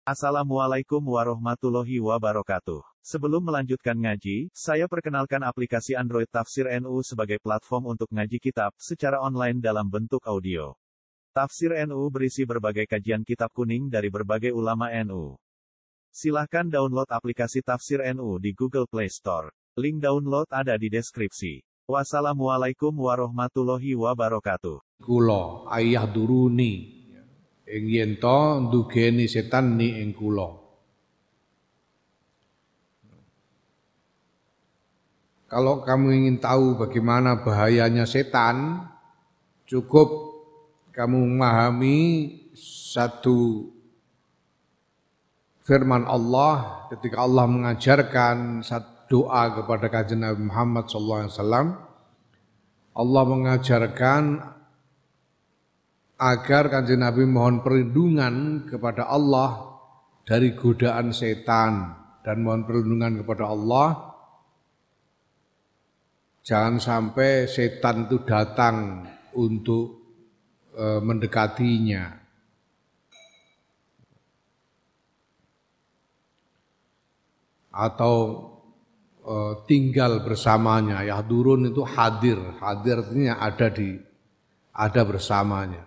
Assalamualaikum warahmatullahi wabarakatuh. Sebelum melanjutkan ngaji, saya perkenalkan aplikasi Android Tafsir NU sebagai platform untuk ngaji kitab secara online dalam bentuk audio. Tafsir NU berisi berbagai kajian kitab kuning dari berbagai ulama NU. Silahkan download aplikasi Tafsir NU di Google Play Store. Link download ada di deskripsi. Wassalamualaikum warahmatullahi wabarakatuh. Kula ayah duruni ing yen to ndugeni setan ni ing kula. Kalau kamu ingin tahu bagaimana bahayanya setan, cukup kamu memahami satu firman Allah ketika Allah mengajarkan satu doa kepada Kanjeng Nabi Muhammad SAW. Allah mengajarkan agar Kanjeng Nabi mohon perlindungan kepada Allah dari godaan setan dan mohon perlindungan kepada Allah jangan sampai setan itu datang untuk mendekatinya. Atau tinggal bersamanya. Yahdurun itu hadir, hadir artinya ada bersamanya.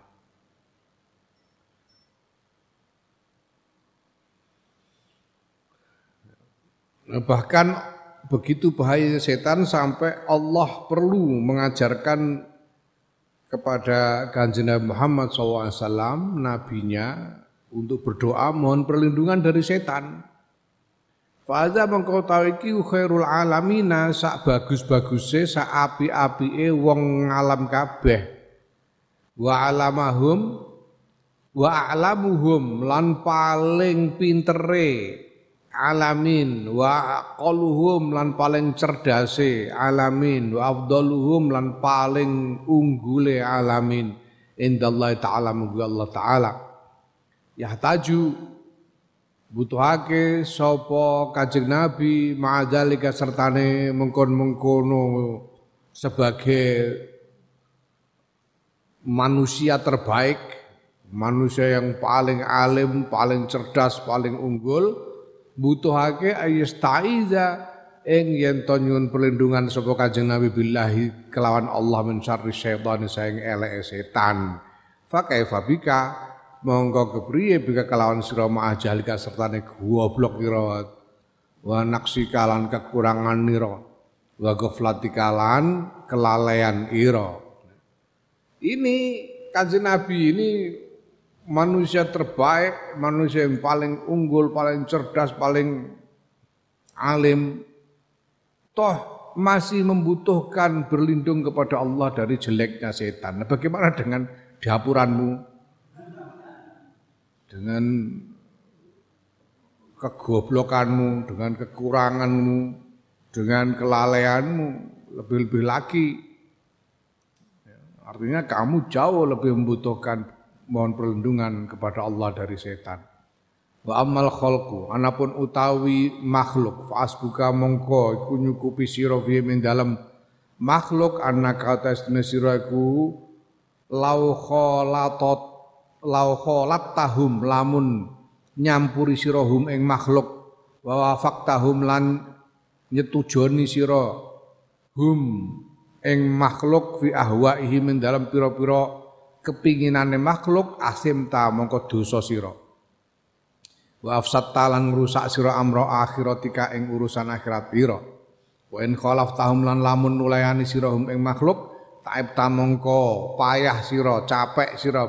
Bahkan begitu bahaya setan sampai Allah perlu mengajarkan kepada Kanjeng Nabi Muhammad SAW, nabinya, untuk berdoa mohon perlindungan dari setan. Fa'adha mengkau tahu iki khairul alamina, sak bagus-bagusnya, sak api-apike wong ngalam kabeh. Wa a'lamuhum lan paling pintere alamin, wa aqalluhum lan paling cerdase alamin, wa afdaluhum lan paling unggule alamin indallahi ta'ala mugi Allah ta'ala. Yahtaju butuhake sapa Kanjeng Nabi ma'adzalika sertane mengkon-mengkono sebagai manusia terbaik, manusia yang paling alim, paling cerdas, paling unggul, butuhake ayastaiza ing yen to nyuwun perlindungan sapa Kanjeng Nabi billahi kelawan Allah min syarri syaitan saing eleke setan. Fa kaifa bika monggo kepriye bika kelawan sira ma'ajalika sertane goblok ira wa naksika lan kekurangan ira wa ghaflatika lan kelalaian ira. Ini Kanjeng Nabi ini manusia terbaik, manusia yang paling unggul, paling cerdas, paling alim, toh masih membutuhkan berlindung kepada Allah dari jeleknya setan. Nah, bagaimana dengan dapuranmu? Dengan kegoblokanmu, dengan kekuranganmu, dengan kelalaianmu, lebih-lebih lagi. Artinya kamu jauh lebih membutuhkan mohon perlindungan kepada Allah dari setan. Wa ammal khalqu anapun utawi makhluk fa asbuka mongko iku nyukupi sira fiye min dalem makhluk annaka tasne sira iku lau khalattahum lamun nyampuri sira hum ing makhluk wa wafaktahum lan nyetujoni sira hum ing makhluk fi ahwaihi min dalem pira-pira kepinginane makhluk asimta mongko dosa sira wa afsatta lan ngrusak sira amra akhiratika ing urusan akhirat pira wa in khalaftahum lan lamun nulayani sira hum ing makhluk taibta mongko payah sira capek sira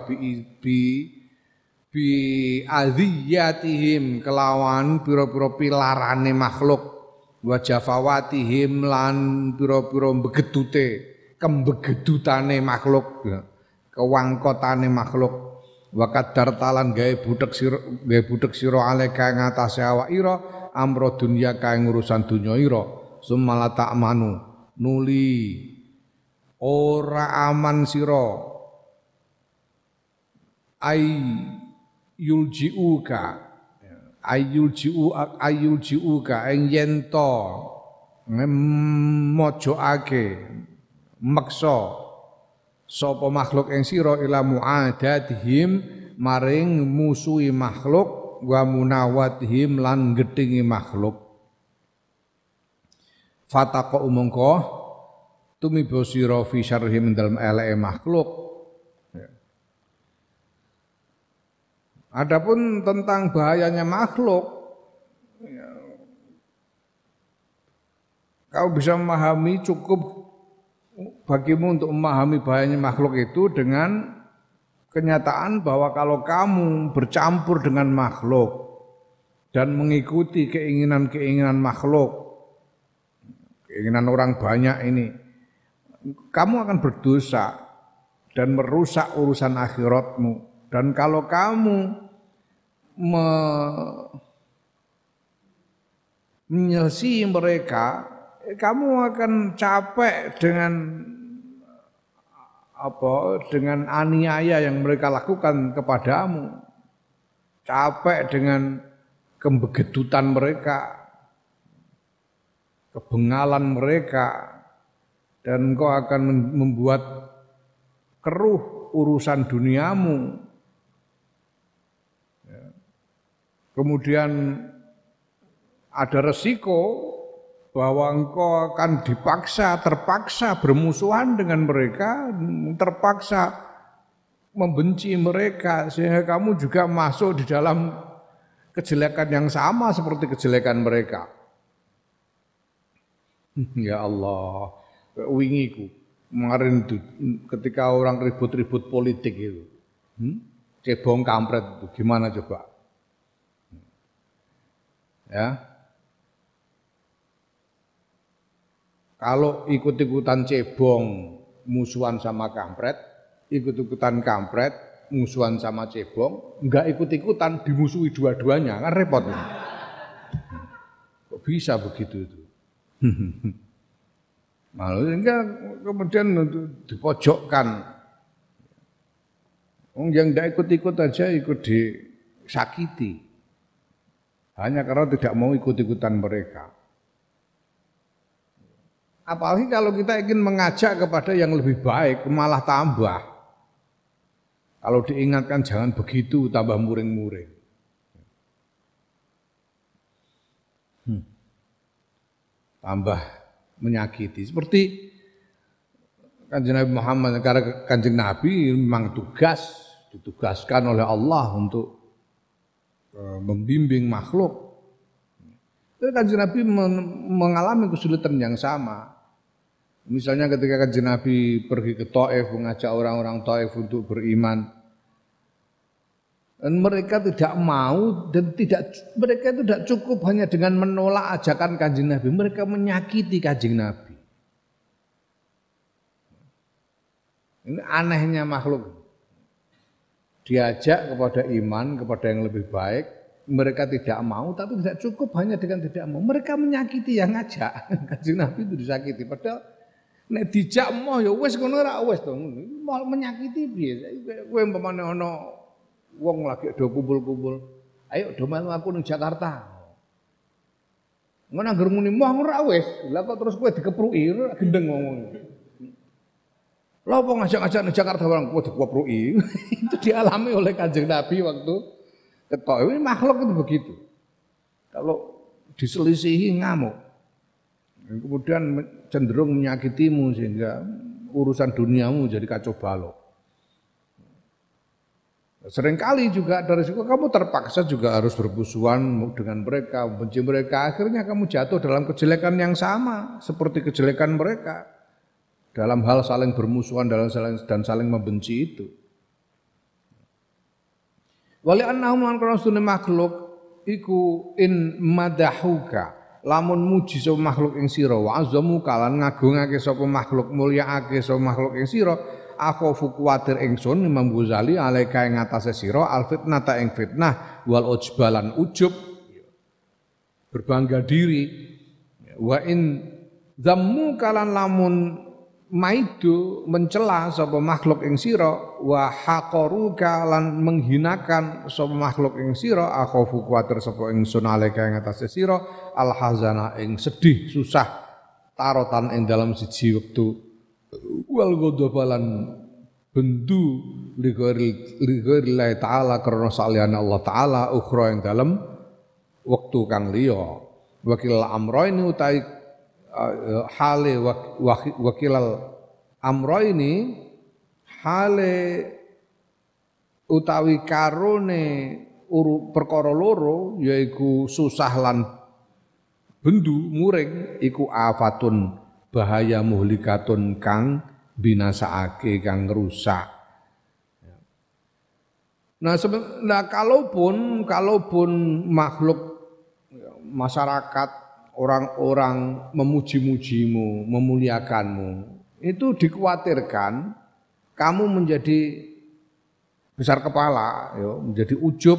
bi adhiyatihim kelawan pira-pira pilarane makhluk wa jafawatihim lan pira-pira begedute kembegedutane makhluk kewangkotane makhluk wa kadar talan gawe butek sira aleka ngatasé awak ira amro dunya kae urusan dunya ira summa ta'manu nuli ora aman sira ayuljiuka ing yen to mojokake meksa sapa makhluk ing sira ila muadatihim maring musuhi makhluk wa munawatihim lan gedhingi makhluk. Fataqo mongko tumiba sira fi syarhim dalam eleke makhluk. Adapun tentang bahayanya makhluk, kau bisa memahami, cukup bagimu untuk memahami bahayanya makhluk itu dengan kenyataan bahwa kalau kamu bercampur dengan makhluk dan mengikuti keinginan-keinginan makhluk, keinginan orang banyak ini, kamu akan berdosa dan merusak urusan akhiratmu. Dan kalau kamu menyelesaikan mereka, kamu akan capek dengan aniaya yang mereka lakukan kepadamu, capek dengan kebegedutan mereka, kebengalan mereka, dan engkau akan membuat keruh urusan duniamu. Kemudian ada resiko bahwa engkau akan terpaksa bermusuhan dengan mereka, terpaksa membenci mereka, sehingga kamu juga masuk di dalam kejelekan yang sama seperti kejelekan mereka. Ya Allah, wingiku kemarin itu ketika orang ribut-ribut politik itu, cebong kampret itu gimana coba? Ya. Kalau ikut-ikutan cebong musuhan sama kampret, ikut-ikutan kampret musuhan sama cebong, enggak ikut-ikutan dimusuhi dua-duanya, kan repot. Kok bisa begitu itu? Malah enggak kemudian dipojokkan. Yang enggak ikut-ikut aja ikut disakiti. Hanya karena tidak mau ikut-ikutan mereka. Apalagi kalau kita ingin mengajak kepada yang lebih baik, malah tambah. Kalau diingatkan jangan begitu, tambah muring-muring. Tambah menyakiti. Seperti Kanjeng Nabi Muhammad, karena Kanjeng Nabi memang ditugaskan oleh Allah untuk membimbing makhluk. Tapi Kanjeng Nabi mengalami kesulitan yang sama. Misalnya ketika Kanjeng Nabi pergi ke Thaif mengajak orang-orang Thaif untuk beriman, dan mereka tidak mau dan mereka itu tidak cukup hanya dengan menolak ajakan Kanjeng Nabi, mereka menyakiti Kanjeng Nabi. Ini anehnya makhluk. Diajak kepada iman, kepada yang lebih baik, mereka tidak mau, tapi tidak cukup hanya dengan tidak mau. Mereka menyakiti yang ngajak. Kanjeng Nabi itu disakiti. Padahal nek dijak mau ya wis ngono ra wis to. Menyakiti piye? Kowe umpamane ana wong lagi do kumpul-kumpul, ayo do melu aku ning Jakarta. Ngono anggere muni mau ora wis. Lah kok terus kowe dikepruki gendeng ngomong. Lah apa ngajak-ngajak ning Jakarta barang kowe dikepruki. Itu dialami oleh Kanjeng Nabi waktu ketok. Ini makhluk itu begitu. Kalau diselisihi ngamuk. Kemudian cenderung menyakitimu sehingga urusan duniamu jadi kacau balau. Seringkali juga dari situ kamu terpaksa juga harus bermusuhan dengan mereka, membenci mereka. Akhirnya kamu jatuh dalam kejelekan yang sama seperti kejelekan mereka. Dalam hal saling bermusuhan dan saling membenci itu. Wali annahum lan kana sunne makhluk iku in madahuka lamun muji sapa makhluk ing sira wa azamu kalan ngagungake sapa makhluk mulyaake sapa makhluk ing sira akhofu kuwatir ingsun Imam Ghazali alaika ing atase sira al fitnata ing fitnah wal ujbalan ujub berbangga diri wa in zammu kalan lamun maidu mencela sapa makhluk ing sira wa haqaruka lan menghinakan sapa makhluk ing sira akhofu kuwatir sapa ingsun alaika ing atase sira al hazana ing sedih susah tarotan ing dalam siji wektu wal ghadabalan bendu lighairillahi taala karena saliyane Allah taala ukhra yang dalam wektu kang liya wakil amroini utai hale wakilal amroini hale utawi karone perkara loro yaiku susah lan bendu muring iku afatun bahaya muhlikatun kang binasaake kang rusak. Nah, kalaupun makhluk masyarakat orang-orang memuji-mujimu, memuliakanmu, itu dikhawatirkan kamu menjadi besar kepala, menjadi ujub.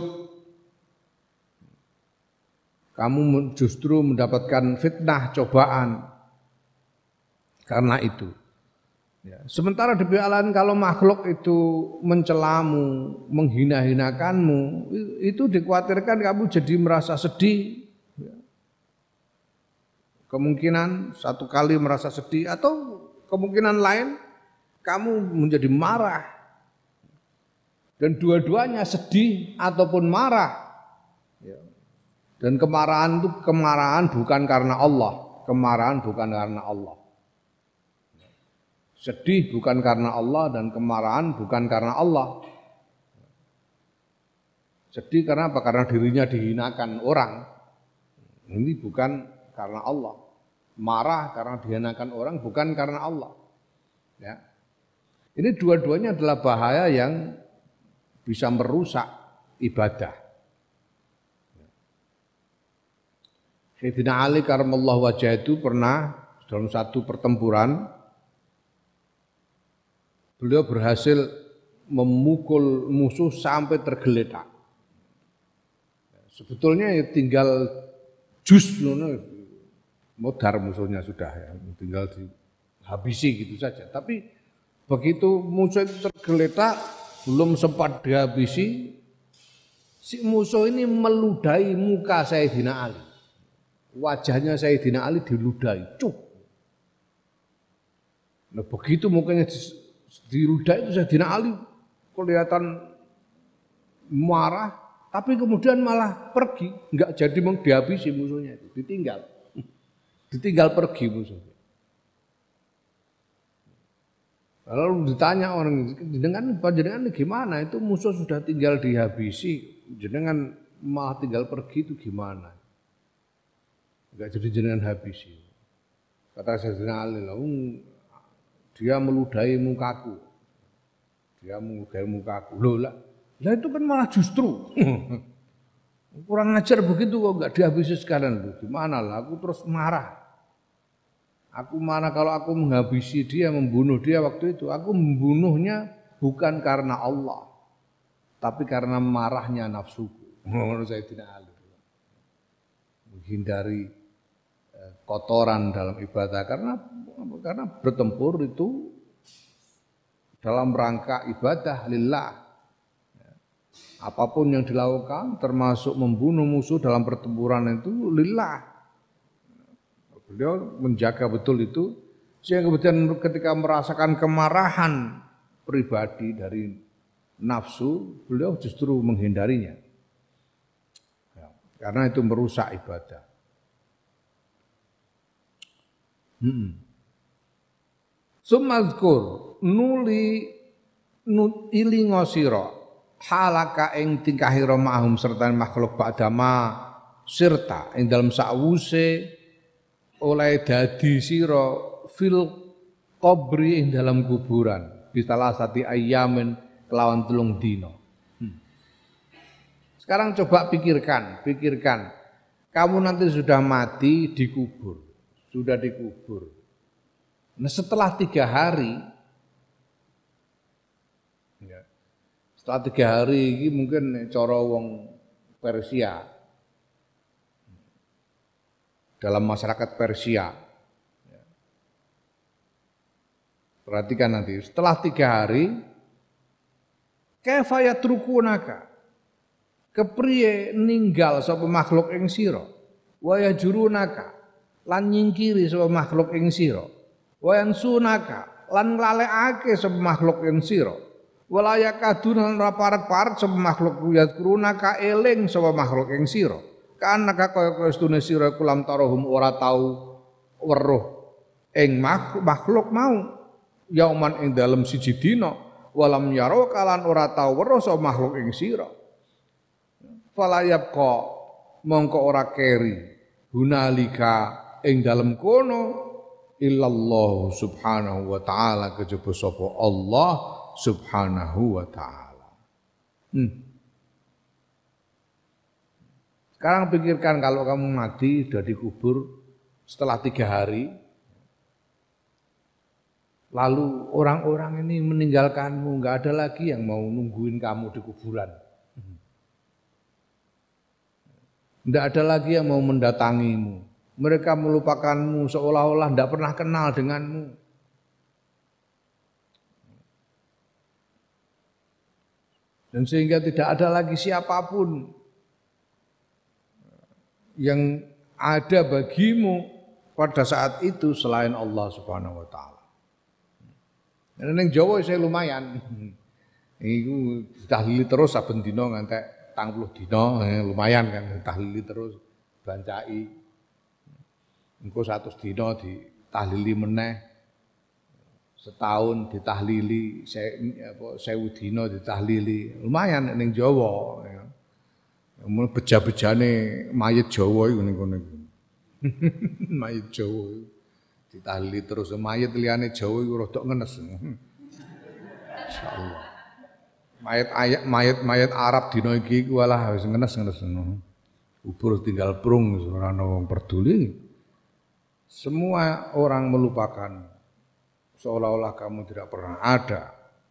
Kamu justru mendapatkan fitnah, cobaan karena itu. Ya. Sementara di pihak lain kalau makhluk itu mencelamu, menghina-hinakanmu, itu dikhawatirkan kamu jadi merasa sedih. Ya. Kemungkinan satu kali merasa sedih atau kemungkinan lain kamu menjadi marah. Dan dua-duanya sedih ataupun marah. Ya. Dan kemarahan itu kemarahan bukan karena Allah, kemarahan bukan karena Allah. Sedih bukan karena Allah dan kemarahan bukan karena Allah. Sedih karena apa? Karena dirinya dihinakan orang. Ini bukan karena Allah. Marah karena dihinakan orang bukan karena Allah. Ya. Ini dua-duanya adalah bahaya yang bisa merusak ibadah. Sayyidina Ali karamallahu wajhah itu pernah dalam satu pertempuran beliau berhasil memukul musuh sampai tergeletak. Sebetulnya ya tinggal jus modar musuhnya sudah ya, tinggal dihabisi gitu saja. Tapi begitu musuh itu tergeletak, belum sempat dihabisi, si musuh ini meludahi muka Sayyidina Ali. Wajahnya Sayyidina Ali diludahi, cuk. Nah begitu mukanya diludahi itu Sayyidina Ali kelihatan marah, tapi kemudian malah pergi, enggak jadi dihabisi musuhnya itu, ditinggal pergi musuhnya. Lalu ditanya orang, jenengan gimana? Itu musuh sudah tinggal dihabisi, jenengan malah tinggal pergi itu gimana? Enggak jadi jenengan habisi. Kata Sayyidina Ali, dia meludahi mukaku. Dia meludahi mukaku. Loh lah itu kan malah justru kurang ajar begitu kok enggak dihabisi sekalian. Gimana lah aku terus marah. Aku marah kalau aku menghabisi dia, membunuh dia waktu itu. Aku membunuhnya bukan karena Allah, tapi karena marahnya nafsuku. Menurut Sayyidina Ali. Menghindari kotoran dalam ibadah karena bertempur itu dalam rangka ibadah lillah. Apapun yang dilakukan termasuk membunuh musuh dalam pertempuran itu lillah. Beliau menjaga betul itu sehingga kemudian ketika merasakan kemarahan pribadi dari nafsu, beliau justru menghindarinya. Karena itu merusak ibadah. Sumazkur nuli ilingo sira halaka ing tingkahira ma'hum serta makhluk ba'dama sirta ing dalam sakwuse oleh dadi sira fil qabri ing dalam kuburan bisalah sati ayamin kelawan 3 dina. Sekarang coba pikirkan, kamu nanti sudah mati dikubur. Nah setelah 3 hari, setelah 3 hari ini mungkin cara wong Persia, dalam masyarakat Persia, perhatikan nanti, setelah 3 hari, kaifa yatrukunaka, kepriye ninggal sapa makhluk ing sira, wa yajurunaka lan nyingkiri sapa makhluk ing sira, wa yansunaka lan nglalekake sapa makhluk ing sira, Wala yakadun ora parek-parek sapa makhluk yadkuruna ka eling sapa makhluk ing sira. Kana kaya stune sira kulam tarahum ora tau weruh ing makhluk mau yauman ing dalem siji dina walam yaro kalan ora tau weruh sapa makhluk ing sira. Falayab kok mongko ora keri hunalika ing dalem kono illallah subhanahu wa ta'ala kejaba sapa Allah subhanahu wa ta'ala. Sekarang pikirkan kalau kamu mati sudah dikubur setelah 3 hari, lalu orang-orang ini meninggalkanmu, nggak ada lagi yang mau nungguin kamu di kuburan. Tidak ada lagi yang mau mendatangimu. Mereka melupakanmu seolah-olah tidak pernah kenal denganmu. Dan sehingga tidak ada lagi siapapun yang ada bagimu pada saat itu selain Allah Subhanahu wa taala. Dan ning Jawa saya lumayan. Iku tahlili terus saben dina ngantek 40 dina, lumayan kan tahlili terus bancai. Engko 100 dina ditahlili meneh. Setahun ditahlili, 1000 dina ditahlili. Lumayan ning Jawa. Mun beja-bejane mayit Jawa iku ning kono. Mayit Jawa ditahlili terus mayit liyane Jawa iku rada ngenes. Insyaallah. Mayit Arab dina iki walah wis ngenes-ngenes. Ubur tinggal prung ora ana wong peduli. Semua orang melupakan seolah-olah kamu tidak pernah ada.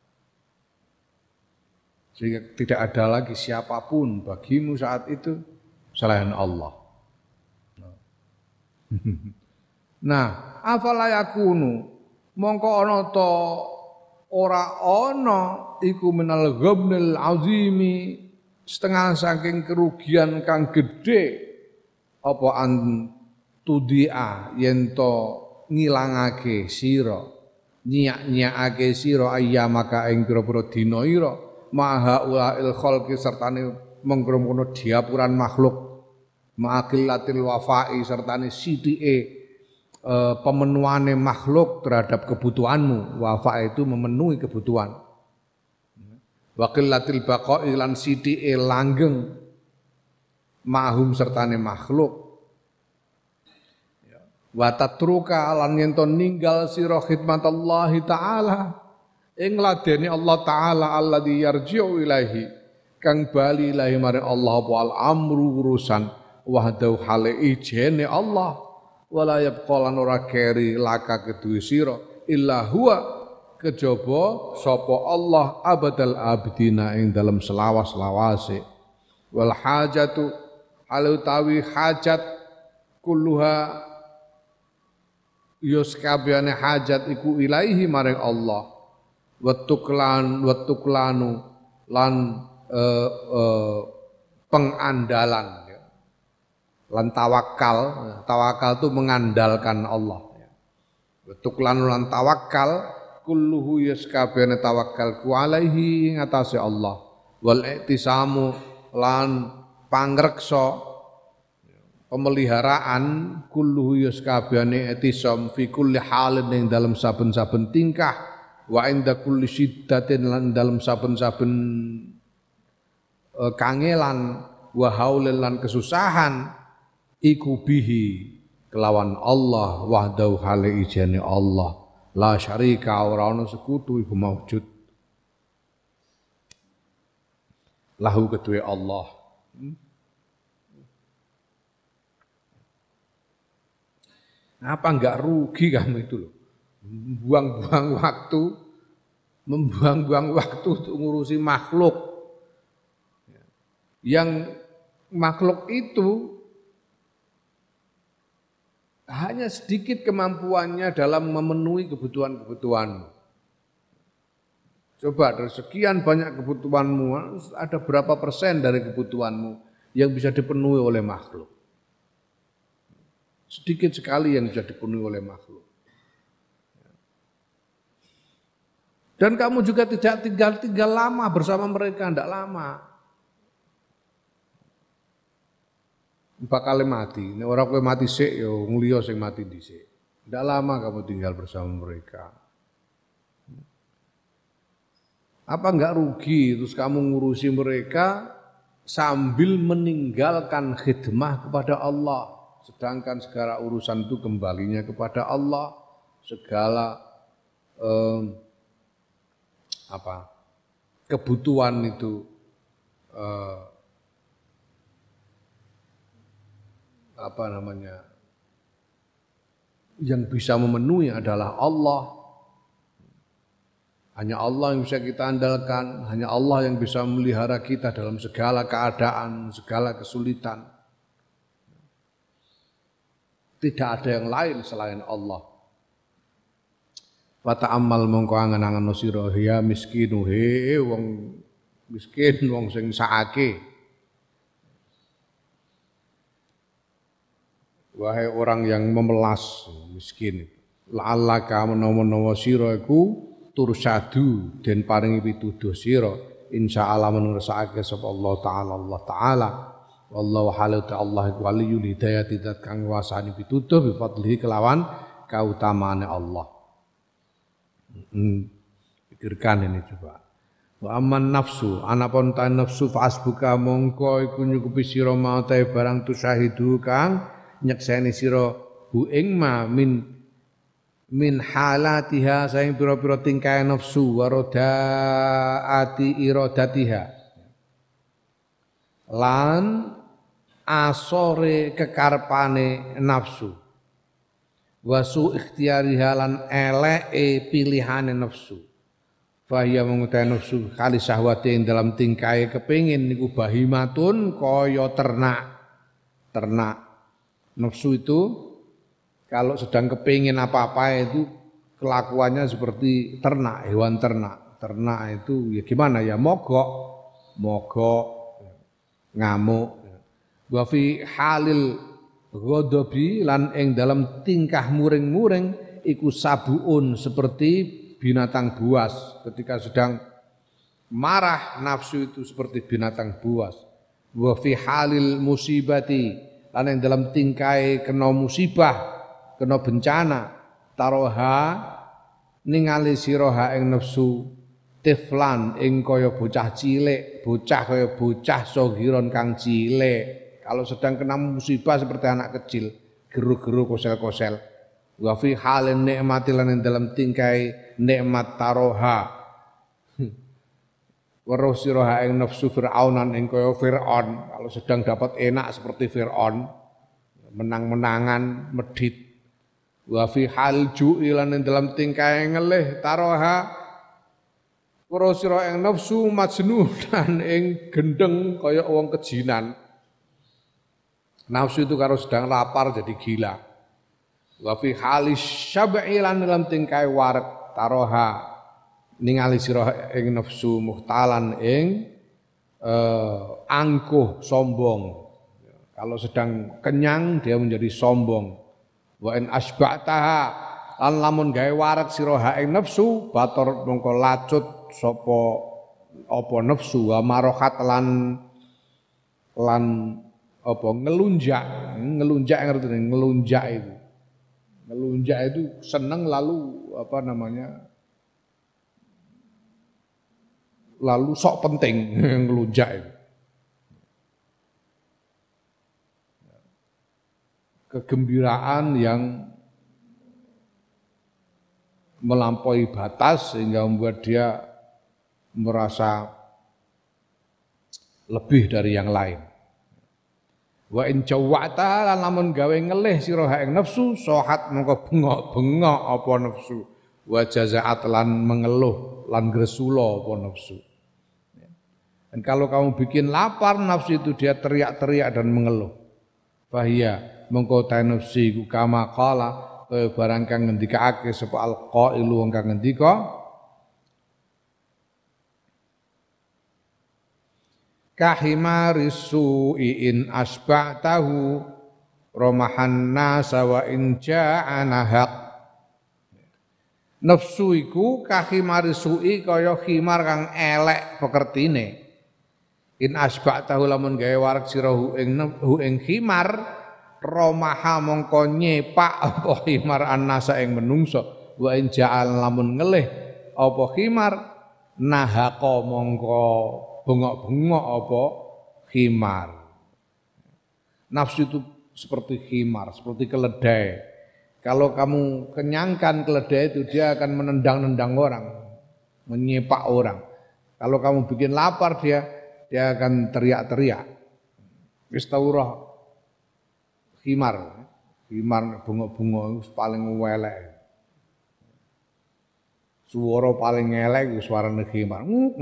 Sehingga tidak ada lagi siapapun bagimu saat itu selain Allah. Nah, afala yakunu mongko ana ta ora ana iku minal ghamnil azimi setengah saking kerugian kang gedhe apa tudia yen to ngilangake sira nyiak-nyiakake sira ayyamaka ing pira-pira dina ira maha ulail khalqi sertane mengkrono diapuran makhluk ma'aqillatil wafai sertane sithike pemenuhane makhluk terhadap kebutuhanmu. Wafa itu memenuhi kebutuhan. Wa qillatil baqa'i lan sithike langgeng mahum sertane makhluk. Wa tatruka lan yen to ninggal sira khidmatallahi taala ing ladeni Allah taala alladzi yarji'u ilaihi kang bali ilahi mare Allah wal amru urusan wahdahu hale ijene Allah wala yabqalan ora keri laka kedue sira illa huwa kejaba sapa Allah abadal abdina ing dalam selawas-lawase wal hajatu alutawi hajat kulluha yus kabehane hajat iku ilaihi maring Allah watuklanu lan pengandalan lan tawakal itu mengandalkan Allah. Watuklanu lan tawakal kulluhu yus kabehane tawakal ku alaihi ing atase Allah wal iktisamu lan pangreksa pemeliharaan kulluhu yus kabehane iktisam fi kulli halin ing dalam saben-saben tingkah wa inda kulli syiddatin lan dalam saben-saben kangelan wa haulil lan kesusahan iku bihi kelawan Allah wahdahu hale ijene Allah la syarika ora ana sekutu iku maujud lahu kedue Allah. Apa enggak rugi kamu itu loh membuang-buang waktu untuk ngurusi makhluk yang makhluk itu hanya sedikit kemampuannya dalam memenuhi kebutuhan-kebutuhanmu. Coba dari sekian banyak kebutuhanmu, ada berapa persen dari kebutuhanmu yang bisa dipenuhi oleh makhluk? Sedikit sekali yang bisa dipenuhi oleh makhluk. Dan kamu juga tidak tinggal lama bersama mereka, tidak lama. Bakal mati. Nek ora kowe mati sik ya mulia sing mati dhisik. Tidak lama kamu tinggal bersama mereka. Apa enggak rugi terus kamu ngurusi mereka sambil meninggalkan khidmah kepada Allah. Sedangkan segala urusan itu kembalinya kepada Allah. Segala kebutuhan itu yang bisa memenuhi adalah Allah. Hanya Allah yang bisa kita andalkan, hanya Allah yang bisa memelihara kita dalam segala keadaan, segala kesulitan. Tidak ada yang lain selain Allah. Wa ta'ammal mongko angen-angen sira ya miskinu he wong miskin wong sing sakake. Wahai orang yang memelas miskin. La'allaka menawa-nawa sira iku tursadu den paringi pituduh sira insyaallah menursake sapa Allah taala wallahu halu Allah iku waliyul hidayah tidak kang wasani pituduh bi fadlihi kelawan kautamaane Allah. Pikirkan ini coba. Wa amman nafsu anapun ta nafsu fasbuka mongko iku nyukupi sira mau ta barang tusahidu kang nyekseni sira hu ing ma min halatiha saing pira-pira tingkah nafsu warodaati iradatiha lan asore kekarepane nafsu wasu ikhtiyariha lan eleke pilihane nafsu fahya mengutai nafsu kali syahwati ing dalam tingkahe kepengin niku bahimatun kaya ternak nafsu itu kalau sedang kepingin apa-apa itu kelakuannya seperti ternak, hewan ternak. Ternak itu ya gimana ya mogok, ngamuk. Wa fi halil ghadabi lan ing dalam tingkah muring-muring iku sabuun seperti binatang buas. Ketika sedang marah nafsu itu seperti binatang buas. Wa fi halil musibati lan ing dalam tingkah kena musibah kena bencana taroha ningali siraha ing nafsu tiflan ing kaya bocah cilik kaya bocah sogiron kang cilik kalau sedang kena musibah seperti anak kecil geru-geru kosel-kosel wa fi halin nikmati lan ing dalam tingkai nikmat taroha weruh siraha ing nafsu fir'aunan ing kaya Fir'aun kalau sedang dapat enak seperti Fir'aun menang-menangan medhit wa fi hal ju'i lan dalam tingkah ngelih taroha para sira ing nafsu majnunan ing gendeng kaya wong kejinan nafsu itu kalau sedang lapar jadi gila wa fi halis syab'i lan dalam tingkah wareg taroha ningali sira ing nafsu muhtalan ing angkuh sombong kalau sedang kenyang dia menjadi sombong wa in asba'taha lan lamun gawe wareg sira ing nafsu bator mongko lacut sapa apa nafsu wa marohat lan apa ngelunjak ngerti ngelunjak itu seneng lalu apa namanya lalu sok penting ngelunjak itu kegembiraan yang melampaui batas sehingga membuat dia merasa lebih dari yang lain. Wa in jawata lan lamun gawe ngelih sira ing nafsu sohat mengko bengok-bengok apa nafsu wa jazaat lan mengeluh lan gresula apa nafsu. Dan kalau kamu bikin lapar nafsu itu dia teriak-teriak dan mengeluh. Fahia mengko ta nafsi ku kama qala kaya barang kang ngendikake sapa alqailu wong kang ngendika kahimarisu in asba'tahu romahan nasa wa in ja'ana haq Nafsu iku kahimari su'i kaya khimar kang elek pekertine. In asba'tahu lamun gawe warak sirahu ing khimar romaha mongko nyepak apa khimar annasa ing menungso wa in ja'al lamun ngelih apa khimar nahaqa mongko bengok-bengok apa khimar. Nafsu itu seperti khimar, seperti keledai. Kalau kamu kenyangkan keledai itu dia akan menendang-nendang orang, menyepak orang. Kalau kamu bikin lapar dia akan teriak-teriak. Wis tau roh khimar bengok-bengok paling welek. Suara paling elek suarane khimar.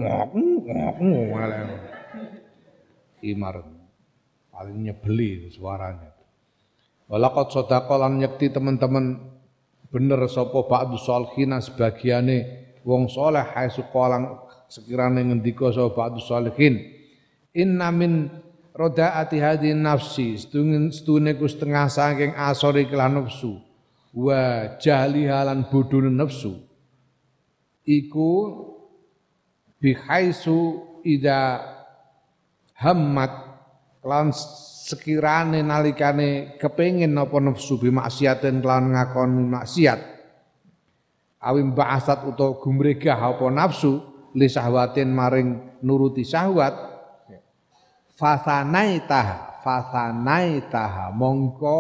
Khimar paling nyebeli suaranya. Walaqad sadaqa lan nyekti teman-teman bener sapa ba'du sholihin sebagiane wong saleh haisu qalang sekirane ngendika sapa ba'du sholihin inna min rodaati hadin nafsi setune ku setengah saking asori kelan nafsu wa jahliha lan bodhone nafsu iku bihaisu ida hammat lan sekirane nalikane kepengin napa nafsu bi maksiatin kelawan ngakoni maksiat awim ba'asat utawa gumregah apa nafsu li syahwatin maring nuruti syahwat fasanaitaha mongko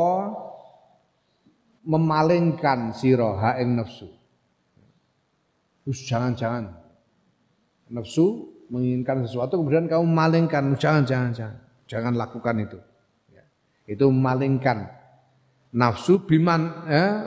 memalingkan sira ha ing nafsu. Terus jangan nafsu menginginkan sesuatu kemudian kamu memalingkan, jangan lakukan itu. Itu memalingkan nafsu biman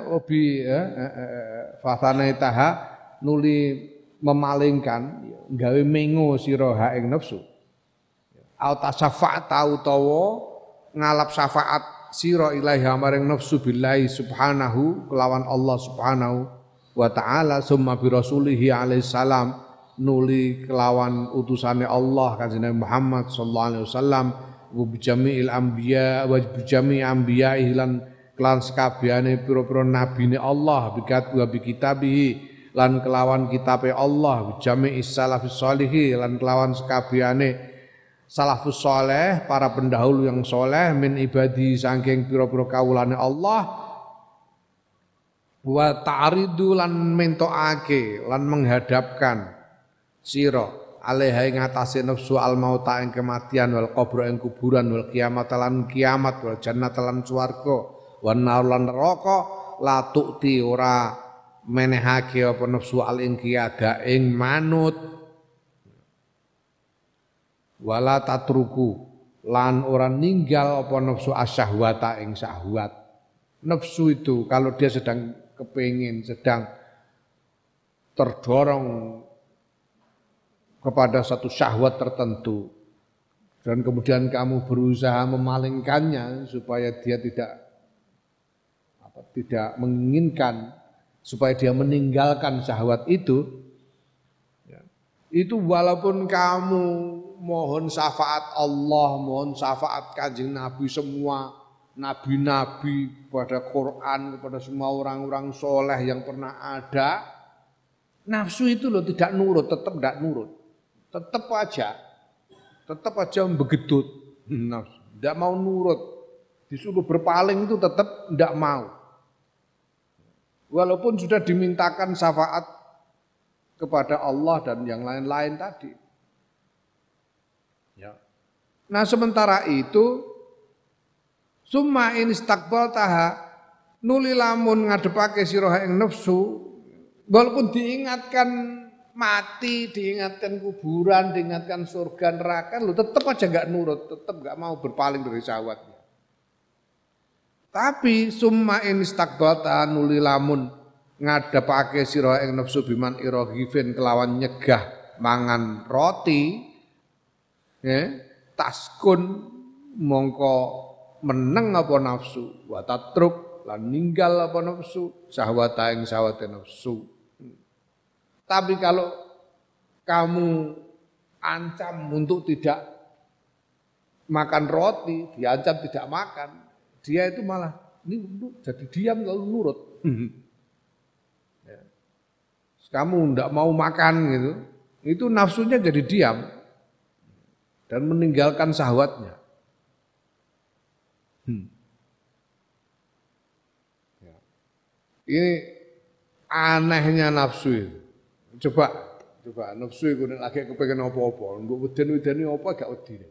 fasanaitaha nuli memalingkan gawe mengo sira ha ing nafsu au tasaffa utawa ngalap syafaat sira ilaiha maring nafsu billahi subhanahu kelawan Allah subhanahu wa ta'ala summa bi rasulihi alaihi salam nuli kelawan utusane Allah kanjeng Muhammad sallallahu alaihi wasallam wa bijami'il anbiya wa bijami' anbiya'i lan kelan sakabehane pira-pira nabine Allah bikat wa bikitabihi lan kelawan kitabe Allah bijami'is salafus sholihi lan kelawan sakabehane salafus sholeh para pendahulu yang soleh min ibadi saking pira-pira kawulane Allah wa ta'ridu lan mentokake lan menghadapkan sira alaiha ing atase nafsu al mauta ing kematian wal qabr ing kuburan wal kiamat lan kiamat wal jannah lan swarga wan nar lan neraka la tukti ora menehake apa nafsu al inqiyada ing manut wala tatruku lan ora ninggal apa nafsu asyahwata ing syahwat. Nafsu itu kalau dia sedang kepingin, sedang terdorong kepada satu syahwat tertentu dan kemudian kamu berusaha memalingkannya supaya dia tidak menginginkan, supaya dia meninggalkan syahwat itu itu walaupun kamu mohon syafaat Allah, mohon syafaat Kanjeng Nabi, semua nabi-nabi pada Quran, kepada semua orang-orang soleh yang pernah ada, nafsu itu loh tidak nurut, tetap tidak nurut. Tetap aja begedut nafsu, tidak mau nurut, disuruh berpaling itu tetap tidak mau. Walaupun sudah dimintakan syafaat kepada Allah dan yang lain-lain tadi. Ya. Nah sementara itu, summa in istakbaltaha nuli lamun ngadepake sira ing nafsu, walaupun diingatkan mati, diingatkan kuburan, diingatkan surga neraka, lu tetap aja enggak nurut, tetap enggak mau berpaling dari syahwatnya. Tapi summa in istakbalta nuli lamun ngadepake sira ing nafsu biman irghifin kelawan nyegah mangan roti, taskun mongko meneng apa nafsu, wa tatruk lan ninggal apa nafsu, syahwata ing syahwate nafsu. Tapi kalau kamu ancam untuk tidak makan roti, diancam tidak makan, dia itu malah ini jadi diam lalu nurut. kamu ndak mau makan gitu, itu nafsunya jadi diam dan meninggalkan syahwatnya. Ini anehnya nafsu itu. Coba nafsu itu lagi kepengen apa-apa, mbok weden-wedeni apa gak wedi.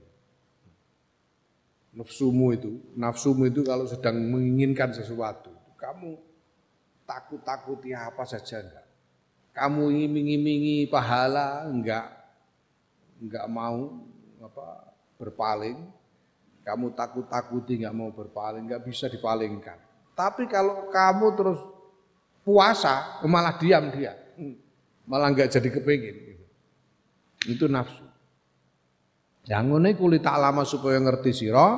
Nafsumu itu kalau sedang menginginkan sesuatu, kamu takut-takuti apa saja enggak. Kamu iming-imingi pahala enggak mau berpaling. Kamu takut-takuti enggak mau berpaling, enggak bisa dipalingkan. Tapi kalau kamu terus puasa, malah diam dia. Malah enggak jadi kepengin gitu. Itu nafsu. Yang ngene kuli tak lama supaya ngerti sira.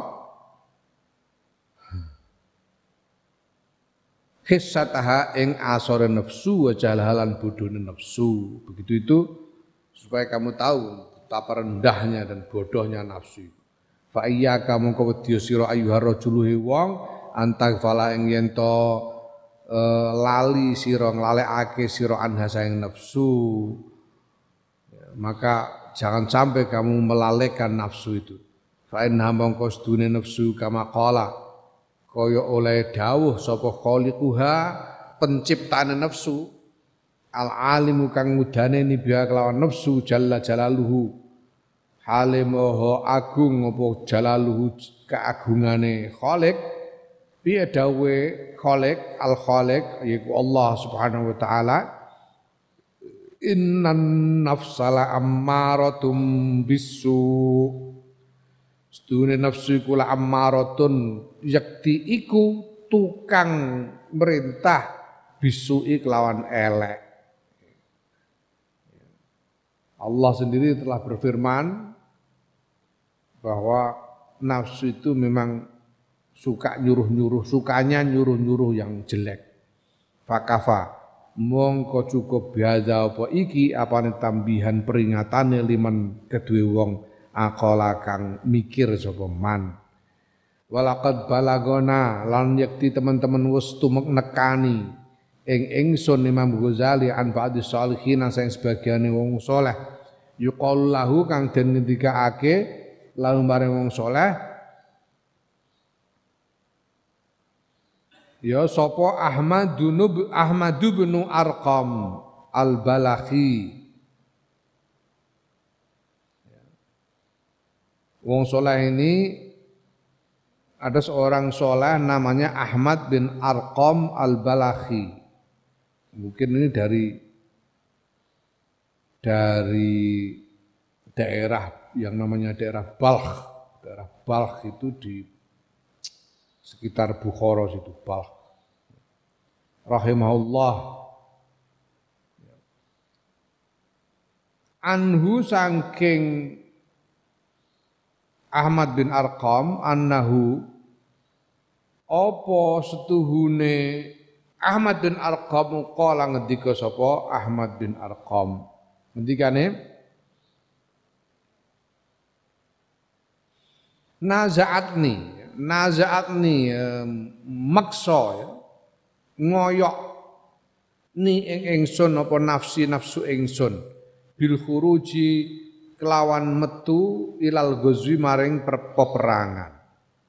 Hissataha ing asore nafsu wa jalhalan bodone nafsu. Begitu itu supaya kamu tahu betapa rendahnya dan bodohnya nafsu. Fa iyyaka mongko wedya sira ayyuhar rajulu wong antag fala ing yen to lali sira nglalekake sira anha saing nafsu. Maka jangan sampai kamu melalaikan nafsu itu. Fa inna mongko sedune nafsu kama qala kaya oleh dawuh sapa khaliquha penciptane nafsu al alimu kang mudane nibiha kelawan nafsu jalla jalaluhu hale maha agung apa jalaluhu keagungane khaliq piye dawuhe khaliq al khaliq yaiku Allah subhanahu wa taala innan nafsala ammaratum bisu sedune nafsu iku la ammaratun yakti iku tukang merintah bisui kelawan elek. Allah sendiri telah berfirman bahwa nafsu itu memang suka nyuruh-nyuruh, sukanya nyuruh-nyuruh yang jelek. Fakafa mongko cukup biasa apa iki apane tambihan peringatane liman kedue wong aqala kang mikir sapa man. Walaqad balagona lan yakti teman-teman wis tumek nekani ingsun Imam Ghazali an ba'di sholihin sing sebagiane wong saleh yuqal lahu kang den ngendikaake lahu marang wong saleh ya sapa Ahmadu bin Arqam al-Balakhi. Wong soleh ini ada seorang soleh namanya Ahmad bin Arqam al-Balakhi. Mungkin ini dari daerah yang namanya daerah Balkh. Daerah Balkh itu di sekitar Bukhara situ Balkh. Rahimahullah. Anhu saking Ahmad bin Arqam annahu apa setuhune Ahmad bin Arqam qala ngendika sapa Ahmad bin Arqam ngendikane nazaatni maksa ya, ngoyok ni ingsun apa nafsu ingsun bil khuruji kelawan metu ilal ghazwi maring peperangan.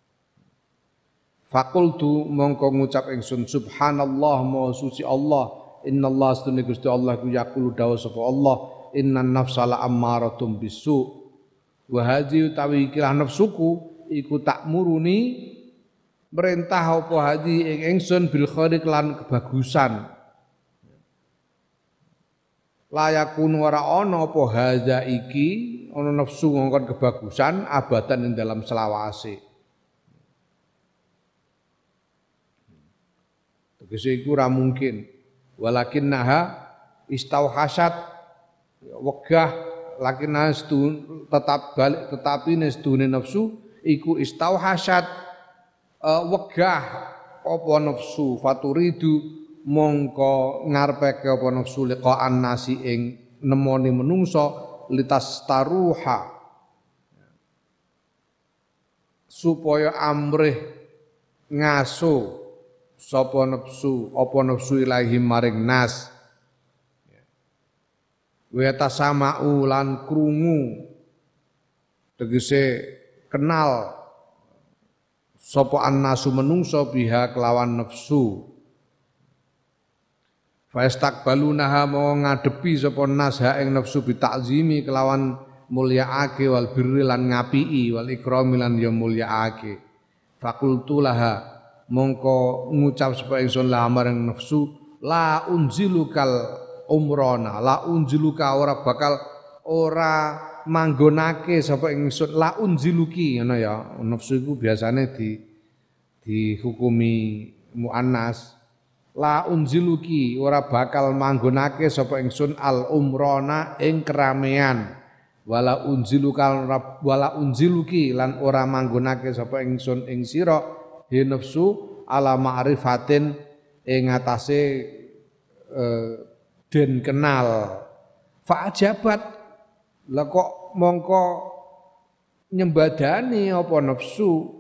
Fakultu mongko ngucap ingsun subhanallah maha suci Allah innallah astune Gusti Allah ku yaqulu dawuh sapa Allah innan nafsala ammaratum bisu wa hadhi utawi ikilah nafsuku iku tak muruni perintah apa hadhi ing ingsun bil khairi lan kebagusan. Layakun ora ana apa hadza iki ana nafsu ngongkon kebagusan abadan ing dalam selawase. Tegese iku ora mungkin. Walakinnaha istauhasat wegah lakinnaha tetap balik tetapi nestune nafsu iku istauhasat wegah apa nafsu faturidu mongko ngarepake apa nafsu liqa'an nasi ing nemoni menungso litas taruha supaya amrih ngaso sapa nafsu apa nafsu ilahi maring nas wa tasama'u lan krungu tegese kenal sapa annasu menungso biha kelawan nafsu fastaqbalunaha mau ngadepi sapa nas ha ing nafsu bitakzimi kelawan mulyaake wal birri lan ngapii wal ikrami lan ya mulyaake fakultu laha mongko ngucap sapa ingsun la marang nafsu la unzilukal umrona la unziluka ora bakal ora manggonake sapa ingsun la unziluki ngono ya nafsu iku biasane dihukumi muannas la unziluki ora bakal manggonake sapa ingsun al umrona ing keramean wala unziluki lan ora manggonake sapa ingsun ing sira he nafsu ala ma'rifatin ing atase den kenal fa ajabat lah kok mongko nyembadani apa nafsu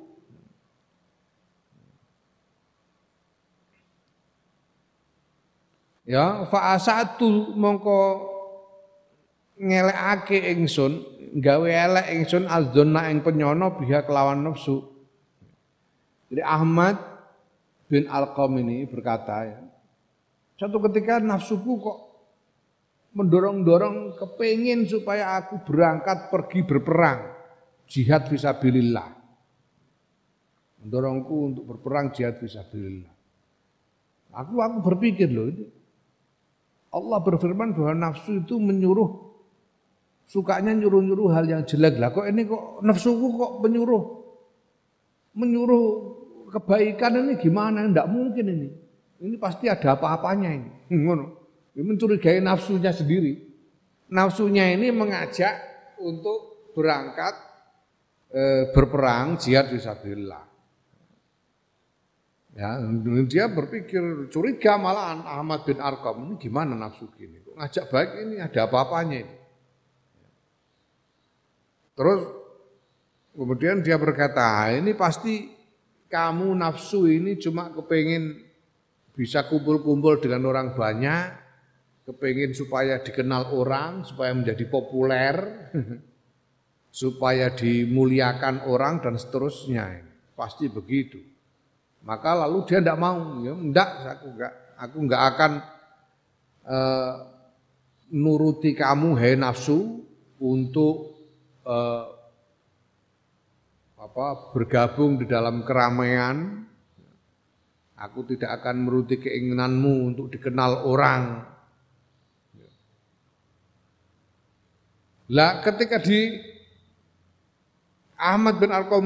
ya fa asatu mongko ngelekake ingsun gawe elek ingsun azzonna ing penyono biha kelawan nafsu. Jadi Ahmad bin Alqam ini berkata ya, satu ketika nafsuku kok mendorong-dorong kepengin supaya aku berangkat pergi berperang jihad fisabilillah. Mendorongku untuk berperang jihad fisabilillah. Aku berpikir loh ini Allah berfirman bahwa nafsu itu sukanya nyuruh-nyuruh hal yang jelek lah. Kok ini kok nafsuku kok menyuruh kebaikan ini gimana? Tidak mungkin ini. Ini pasti ada apa-apanya ini. Ini mencurigai nafsunya sendiri. Nafsunya ini mengajak untuk berangkat berperang jihad fisabilillah. Ya, dia berpikir curiga malahan Ahmad bin Arqam ini gimana nafsu gini? Kok ngajak baik ini ada apa-apanya ini? Terus kemudian dia berkata, ini pasti kamu nafsu ini cuma kepengin bisa kumpul-kumpul dengan orang banyak, kepengin supaya dikenal orang, supaya menjadi populer, supaya dimuliakan orang dan seterusnya. Pasti begitu. Maka lalu dia tidak mau, ya enggak, aku enggak akan nuruti kamu hai nafsu untuk bergabung di dalam keramaian. Aku tidak akan menuruti keinginanmu untuk dikenal orang. Lah ketika di Ahmad bin Arqam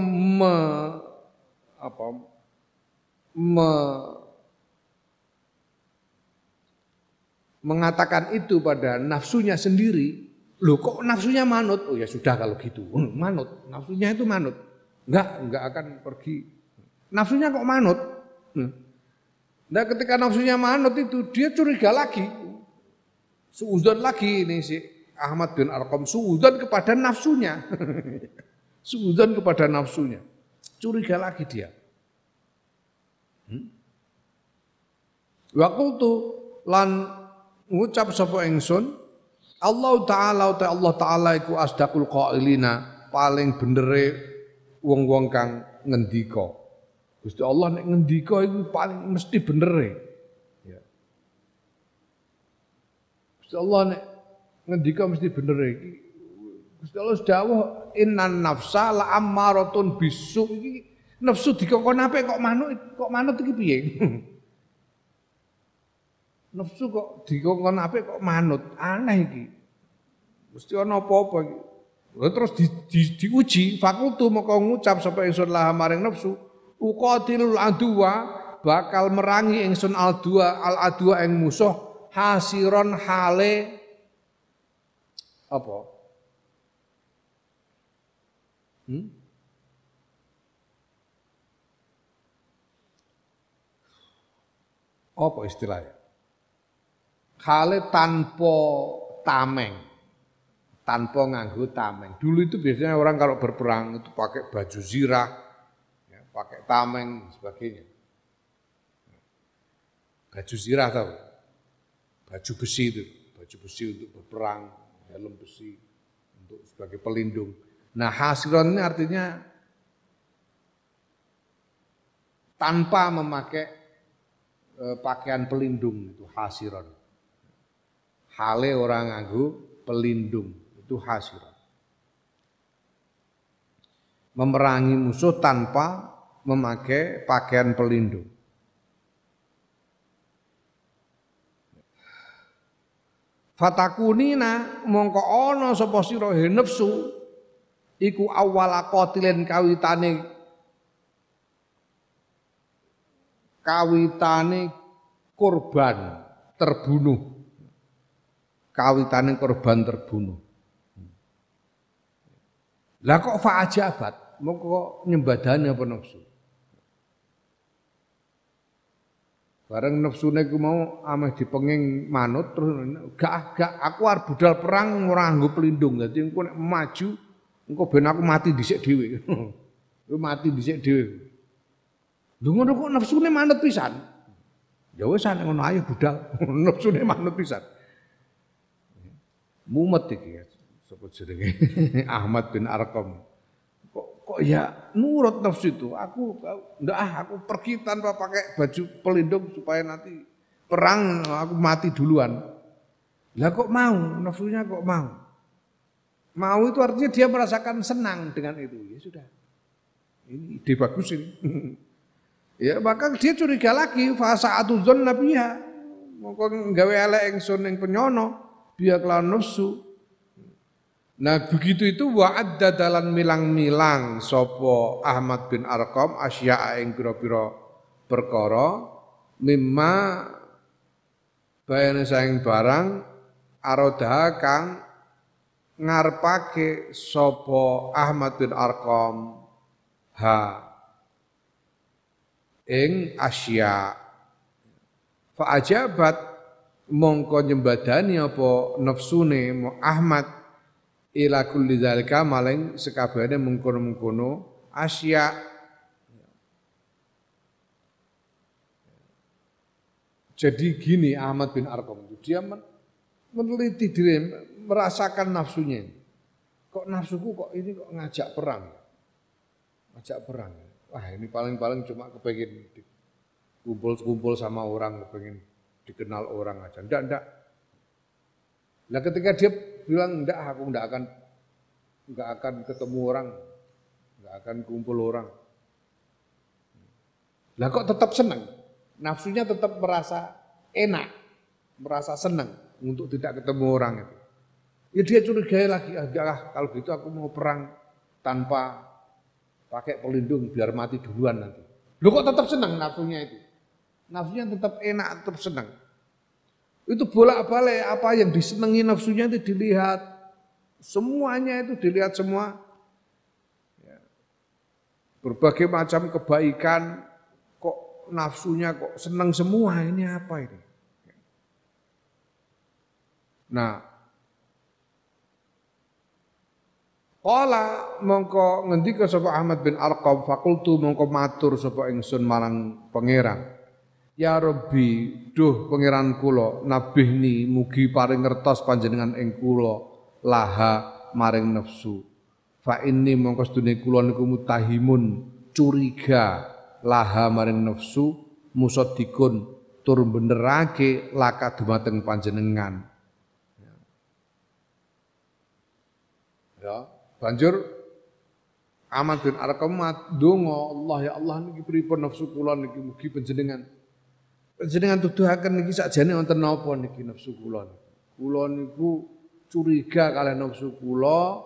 mengatakan itu pada nafsunya sendiri, loh kok nafsunya manut? Oh ya sudah kalau gitu, manut. Nafsunya itu manut. Enggak akan pergi. Nafsunya kok manut? Nah ketika nafsunya manut itu dia curiga lagi. Suudzon lagi ini si Ahmad bin Arqam suudzon kepada nafsunya. Suudzon kepada nafsunya. Curiga lagi dia. Waktu itu lan ngucap sapa ingsun Allah Ta'ala iku asdaqul qailina paling benere wong-wong kang ngendika. Gusti Allah nek ngendika iku paling mesti benere. Ya. Gusti Allah nek ngendika mesti benere iki. Gusti Allah dawuh innan nafsa la ammaratun bisu iki nafsu dikokon ape kok manut iki piye? Nafsu kok dikongkon apik kok manut, aneh iki. Mesti ana apa-apa iki. Terus diuji, fakultu maka ngucap sapa ingsun lah maring nafsu, uqatilul adwa bakal merangi ingsun al adwa ing musuh hasiron hale apa? Apa istilahnya? Hale tanpa tameng, tanpa nganggo tameng. Dulu itu biasanya orang kalau berperang itu pakai baju zirah, ya, pakai tameng dan sebagainya. Baju zirah tahu, baju besi itu, baju baju besi untuk berperang, helm besi untuk sebagai pelindung. Nah, hasiron ini artinya tanpa memakai pakaian pelindung, itu hasiron. Hale orang nganggo pelindung, itu hasiron. Memerangi musuh tanpa memakai pakaian pelindung. Fatakunina mongko ana sapa sira nafsu iku awwala qatilen kawitane korban terbunuh. Kawitane korban terbunuh. Lah kok fa'ajabat, mongko nyembadani apa nafsu? Bareng nafsune ku mau ameh dipenging manut terus gak aku arep budal perang ora nganggo pelindung. Dadi engko nek maju engko ben aku mati dhisik dhewe. Ku mati dhisik dhewe. Lho ngono kok nafsune manut pisan. Ya wis nek ngono ayo budal. Nafsune manut pisan. Mumet iki sapa jenenge Ahmad bin Arqam. Kok ya nurut nafsu itu. Aku pergi tanpa pakai baju pelindung supaya nanti perang aku mati duluan. Lah kok mau, nafsunya kok mau. Mau itu artinya dia merasakan senang dengan itu. Ya sudah. Ini ide bagus ini. Ya maka dia curiga lagi fa sa'atudzon nabiha. Mongko gawe elek ingsun ning penyono biya kelawan nafsu. Nah begitu itu wa'adda dalan milang-milang sapa Ahmad bin Arqam asya'a ing pira-pira perkara mimma bayane saing barang aroda kang ngarepake sapa Ahmad bin Arqam ing asya fa ajabat mongko nyembadani apa nafsune Ahmad ila kulli dzalika maling sekabehane mengkono-mengkono asya. Jadi gini Ahmad bin Arqam itu dia meneliti diri, merasakan nafsunya. Kok nafsuku kok ini kok ngajak perang? Ngajak perang. Wah, ini paling-paling cuma kepengin kumpul-kumpul sama orang, kepengin dikenal orang aja. Enggak. Nah ketika dia bilang aku enggak akan ketemu orang, enggak akan kumpul orang. Lah kok tetap senang? Nafsunya tetap merasa enak, merasa senang untuk tidak ketemu orang itu. Ya dia curigai lagi, kalau gitu aku mau perang tanpa pakai pelindung biar mati duluan nanti. Loh kok tetap senang nafsunya itu? Nafsunya tetap enak, tetap senang. Itu bolak-balik apa yang disenangi nafsunya itu dilihat. Semuanya itu dilihat semua. Ya. Berbagai macam kebaikan, kok nafsunya kok senang semua, ini apa ini? Nah, qala mongko ngendika sapa Ahmad bin Arqam fakultu mongko matur sapa ingsun marang pangeran. Ya Rabbi, duh pangeran kula, nabihni mugi paring ngertos panjenengan ing kula laha maring nafsu. Fa inni mongko sedune kula niku mutahimun curiga laha maring nafsu musaddiqun tur benerake laka dumateng panjenengan. Ya, banjur Ahmad bin Arqam ndonga, Allah ya Allah niki pripun nafsu kula niki mugi panjenengan tuduhaken niki sakjane wonten napa niki nafsu kula. Kula niku curiga kalian nafsu kula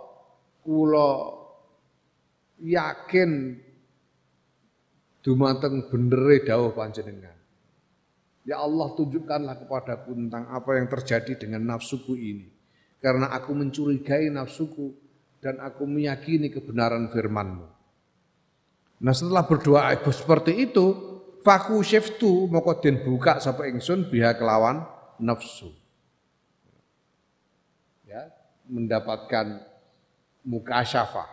yakin dumateng benere dawuh panjenengan. Ya Allah tunjukkanlah kepadaku tentang apa yang terjadi dengan nafsuku ini. Karena aku mencurigai nafsuku dan aku meyakini kebenaran firman-Mu. Nah setelah berdoa seperti itu, faku syiftu moko den buka sapa ingsun biha kelawan nafsu. Ya, mendapatkan mukasyafah.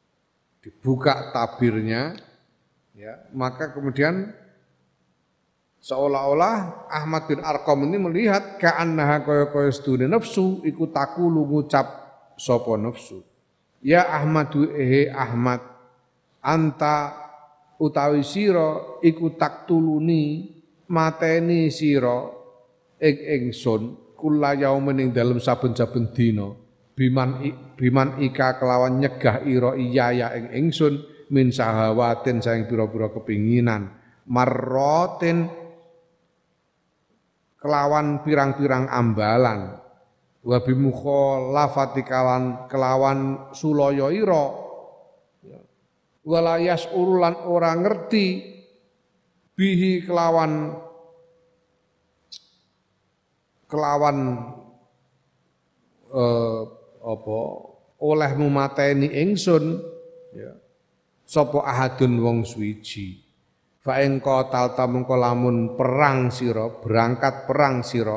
Dibuka tabirnya, ya, maka kemudian Seolah-olah Ahmad bin Arqam ini melihat ka'annaha kaya-kaya sedune nafsu iku takulu ngucap sapa nafsu. Ya Ahmadu Ahmad anta utawi sira iku taktuluni mateni sira ingsun kula yaumin ing dalem saben-saben dina biman ika kelawan nyegah ira iya ing ingsun min sahawatin saing pira-pira kepinginan marrotin kelawan pirang-pirang ambalan wa bimukhalafati kelawan sulaya ira walayas urulan ora ngerti bihi kelawan olehmu mateni ingsun ya sapa ahadun wong suwiji fa ing qatal tamengko lamun perang sira berangkat perang sira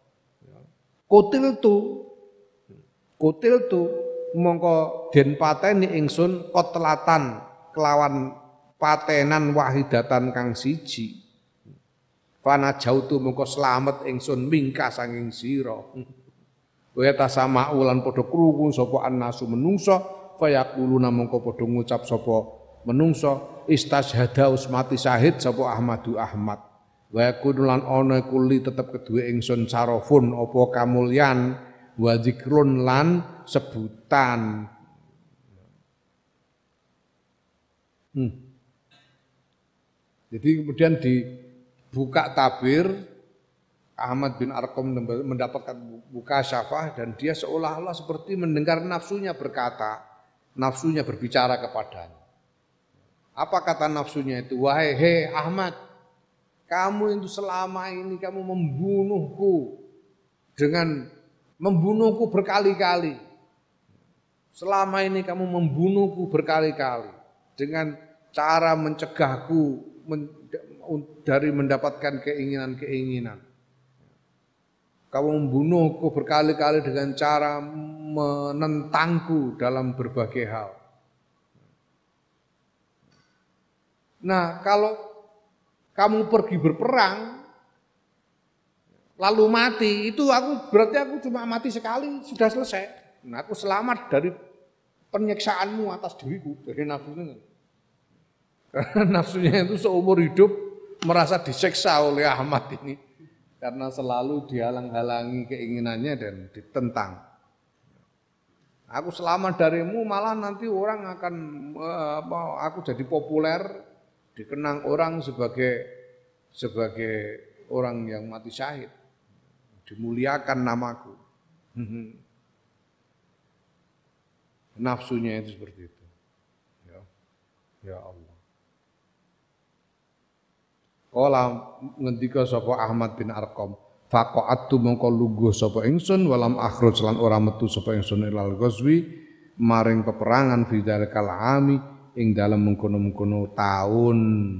kutil tu mongko den pateni ingsun kotlatan kelawan patenan wahidatan kang siji fana jautu mongko slamet ingsun mingka sanging sira wa tasama'u lan padha krungu sapa annasu menungso fayaquluna mongko padha ngucap sapa menungso istashhada usmati syahid sapa Ahmadu Ahmad wa yakun lan ana kuli tetep kedue ingsun sarafun apa kamulyan wa zikrun lan sebutan Jadi kemudian dibuka tabir Ahmad bin Arqam mendapatkan buka syafah dan dia seolah-olah seperti mendengar nafsunya berkata, nafsunya berbicara kepadanya. Apa kata nafsunya itu? Wahai Ahmad, kamu itu selama ini kamu membunuhku berkali-kali. Selama ini kamu membunuhku berkali-kali dengan cara mencegahku dari mendapatkan keinginan-keinginan. Kamu membunuhku berkali-kali dengan cara menentangku dalam berbagai hal. Nah, kalau kamu pergi berperang lalu mati, itu berarti aku cuma mati sekali, sudah selesai. Nah, aku selamat dari penyiksaanmu atas diriku, dari nafsunya. Karena nafsunya itu seumur hidup merasa disiksa oleh Ahmad ini. Karena selalu dihalang-halangi keinginannya dan ditentang. Aku selamat darimu, malah nanti orang akan aku jadi populer, dikenang orang sebagai orang yang mati syahid, dimuliakan namaku. Nafsunya itu seperti itu. Ya Allah. Kala ngendika sapa Ahmad bin Arqam, faqa'atu mongko lungguh sapa ingsun walam akhruj lan ora metu sapa ingsun ilal ghazwi maring peperangan fi dzalikal ami ing dalem mengkono-mengkono taun.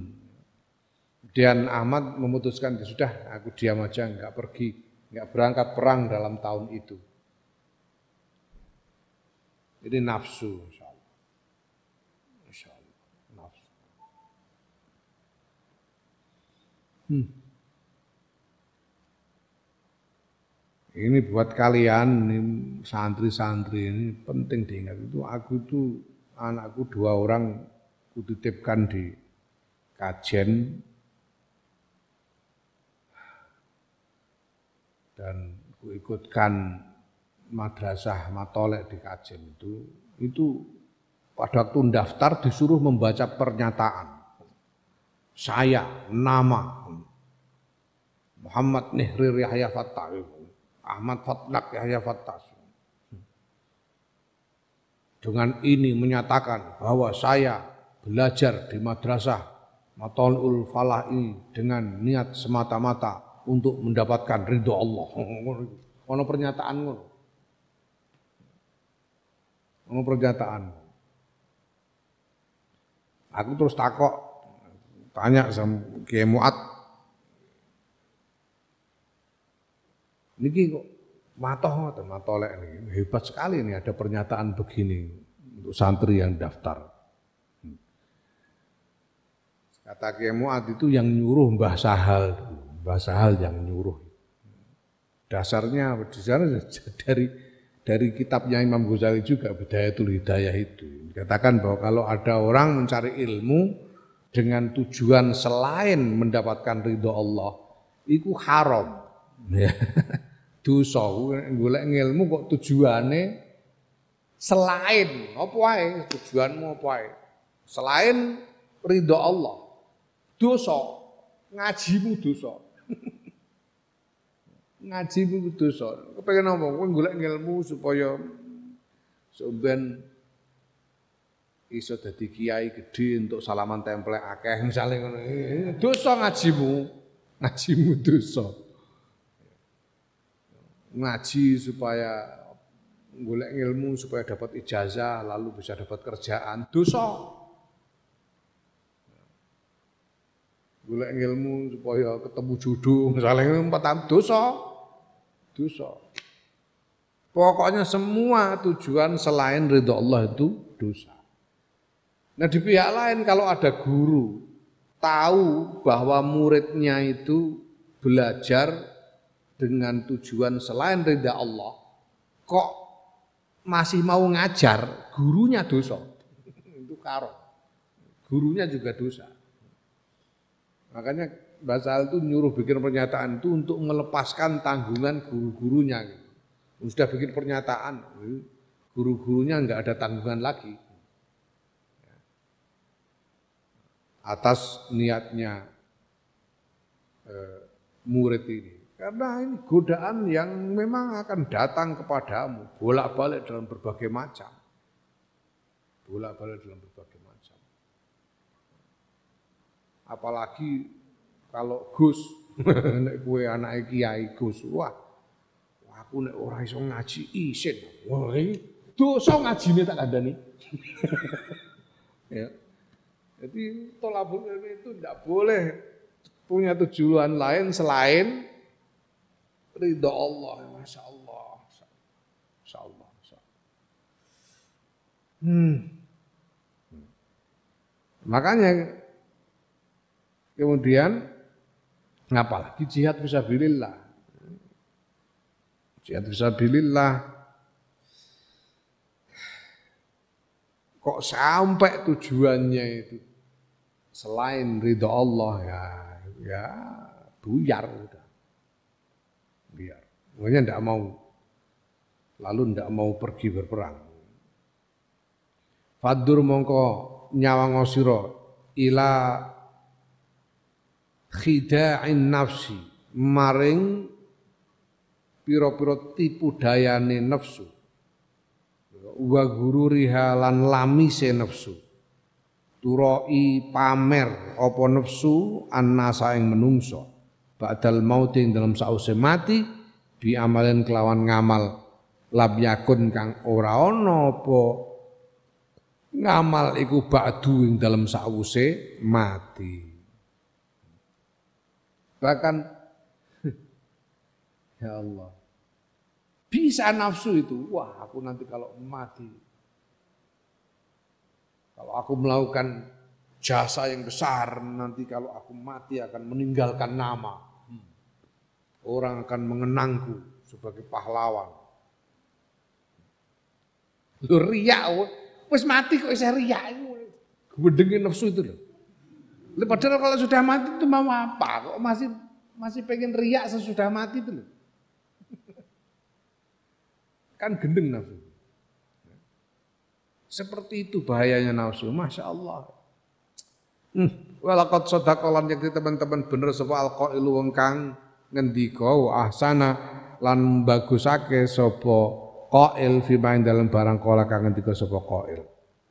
Dan Ahmad memutuskan sudah aku diam aja, enggak pergi, enggak berangkat perang dalam tahun itu. Ini nafsu, insyaallah. Insyaallah nafsu. Ini buat kalian, ini santri-santri ini penting diingat itu. Anakku 2 orang kutitipkan di Kajen dan kuikutkan madrasah matolek di Kajen itu pada waktu daftar disuruh membaca pernyataan. Saya, nama Muhammad Nihrir Yahya Fattah, Ahmad Fatlak Yahya Fattah. Dengan ini menyatakan bahwa saya belajar di madrasah Matolul Falah ini dengan niat semata-mata untuk mendapatkan ridho Allah. Ono pernyataan ngono. Ono pernyataan. Aku terus tanya sama Kiai Muat, niki kok matolek ini hebat sekali nih ada pernyataan begini untuk santri yang daftar. Kata Kiai Mu'ad itu yang nyuruh Mbah Sahal. Mbah Sahal yang nyuruh. Dasarnya dari kitabnya Imam Ghazali juga, Bidayatul Hidayah itu. Dikatakan bahwa kalau ada orang mencari ilmu dengan tujuan selain mendapatkan ridho Allah, itu haram. Dosa. Golek ilmu kok tujuannya selain apa wae, tujuanmu apa wae? Selain ridho Allah. Dosa. Ngajimu dosa. Ngajimu dosa. Kepengen apa? Kowe golek ilmu supaya sampean iso dadi kiai gede untuk salaman templek akeh misale ngono. Dosa ngajimu. Ngajimu dosa. Ngaji supaya golek ilmu supaya dapat ijazah lalu bisa dapat kerjaan. Dosa. Golek ilmu supaya ketemu jodoh misalnya 4 tahun dosa. Dosa. Pokoknya semua tujuan selain ridho Allah itu dosa. Nah di pihak lain kalau ada guru tahu bahwa muridnya itu belajar dengan tujuan selain ridho Allah, kok masih mau ngajar, gurunya dosa. Itu karo. Gurunya juga dosa. Makanya Mbah Sahal itu nyuruh bikin pernyataan itu untuk melepaskan tanggungan guru-gurunya. Sudah bikin pernyataan, guru-gurunya enggak ada tanggungan lagi. Atas niatnya murid ini. Karena ini godaan yang memang akan datang kepadamu, bolak-balik dalam berbagai macam. Bolak-balik dalam berbagai macam. Apalagi kalau Gus, nek kowe anake Kiai Gus, wah aku nek ora iso ngaji isin. Wah, dosa ngajine tak kandhani. Ya. Jadi tolabul ilmi itu tidak boleh punya tujuan lain selain ridha Allah. Masya Allah. Masya Allah. Makanya kemudian apalagi jihad fisabilillah. Jihad fisabilillah kok sampai tujuannya itu selain ridha Allah ya buyar udah. Buyar. Makanya ndak mau lalu ndak mau pergi berperang. Fadur mongko nyawang sira ila khida'in nafsi maring pira-pira tipu dayane nafsu wa gururiha lan lamise nafsu turai pamer apa nafsu annasa ing menungso ba'dal mauti dalam sause mati bi amalen kelawan ngamal lam yakun kang ora ana apa ngamal iku ba'du ing dalam sause mati. Bahkan ya Allah bisa nafsu itu, wah aku nanti kalau mati, kalau aku melakukan jasa yang besar, nanti kalau aku mati akan meninggalkan nama, orang akan mengenangku sebagai pahlawan. Lu riak, wis mati kok bisa riak, gedengin nafsu itu loh. Padahal kalau sudah mati itu mau apa? Kok masih pengen riak sesudah mati itu loh. Kan gendeng nafsu. Seperti itu bahayanya nafsu, Masya Allah. Walaqad sadaqalan yakti teman-teman bener sapa alqailu wong kang ngendika ahsana lan bagusake sapa qail fi main dalam barang kala kang ngendika sapa qail.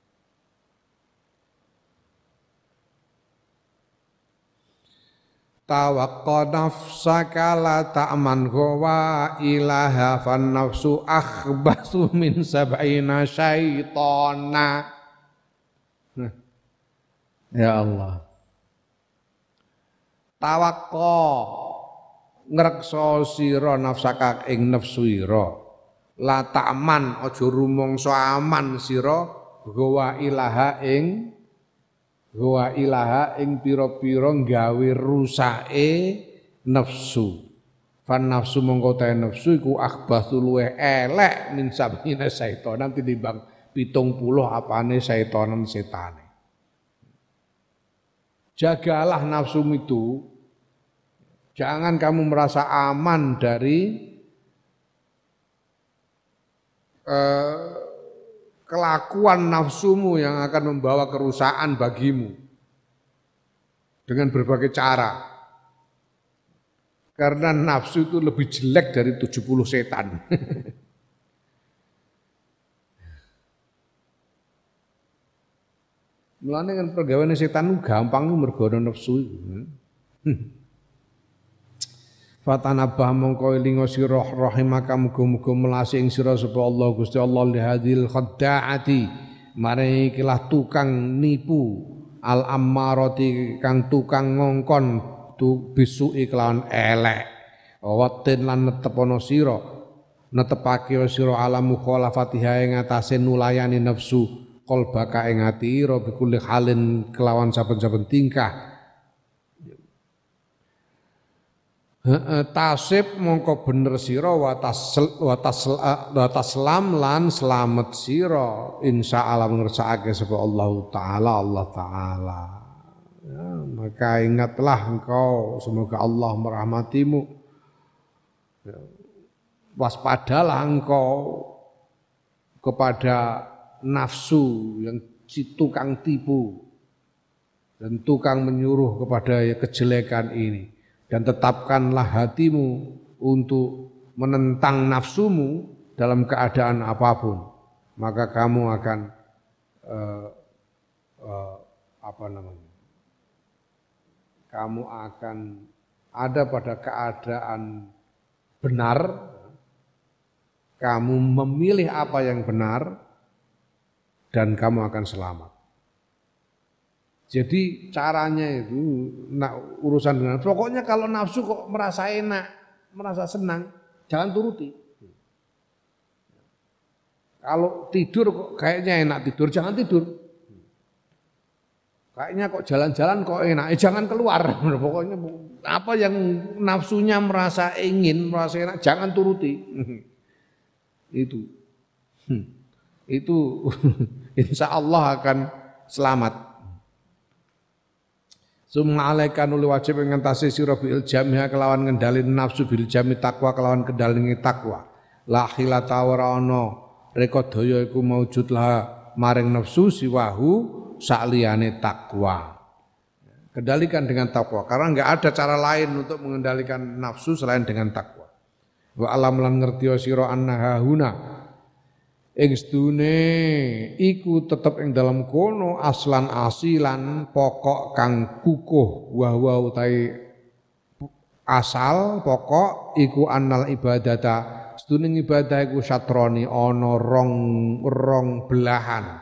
Tawaqqa nafsaka la ta'man wa ilaha fan nafsu akhbasu min sab'ina syaitana. Ya Allah. Tawaqqa ngrekso sira nafsaka ing nafsu ira. La ta'man aja rumangsa aman sira wa ilaha ing Wa ilaha ing pira-pira gawe rusake nafsu. Fan nafsu mongko ta nafsu iku akhbathu luweh elek min sabina saitonan tinimbang 70 apane saitonan setane. Jagalah nafsu itu. Jangan kamu merasa aman dari kelakuan nafsumu yang akan membawa kerusakan bagimu dengan berbagai cara. Karena nafsu itu lebih jelek dari 70 setan. Mulane kan pergaweane setan gampang mergo nafsu iku. Fatanabah mongko elinga sira rahimaka muga-muga melasi ing sira sapa Allah Gusti Allah lihadil khadda'ati mare ikilah tukang nipu al ammarati kang tukang ngongkon tu bisu iklan elek watin lan netepono sira netepake sira alam mukhalafatiha ing atase nulayani nafsu qalbaka ing ati ira bikulli halin kelawan saben-saben tingkah. Tasib mongko bener sira wa taslam lan slamet sira insyaallah ngersakake sapa Allah taala ya, maka ingatlah engkau semoga Allah merahmatimu ya, waspadalah engkau kepada nafsu yang si tukang tipu dan tukang menyuruh kepada kejelekan ini. Dan tetapkanlah hatimu untuk menentang nafsumu dalam keadaan apapun. Maka kamu akan kamu akan ada pada keadaan benar. Kamu memilih apa yang benar dan kamu akan selamat. Jadi caranya itu urusan dengan pokoknya kalau nafsu kok merasa enak, merasa senang, jangan turuti. Kalau tidur kok kayaknya enak tidur, jangan tidur. Kayaknya kok jalan-jalan kok enak, jangan keluar. Pokoknya apa yang nafsunya merasa ingin, merasa enak, jangan turuti. Itu insya Allah akan selamat. Summa alaika nuli wajib ngentasi sira bil jamiha kelawan ngendhalin nafsu bil jami takwa kelawan kendhalin takwa. La khilata ora ana reka daya iku maujud lah maring nafsu siwahu sakliyane takwa. Kendalikan dengan takwa karena enggak ada cara lain untuk mengendalikan nafsu selain dengan takwa. Wa alam lan ngerti sira annaha huna ing sedune iku tetep ing dalam kono aslan asilan pokok kang kukuh wa utahe asal pokok iku annal ibadata sedune ibadah iku satroni ana rong belahan.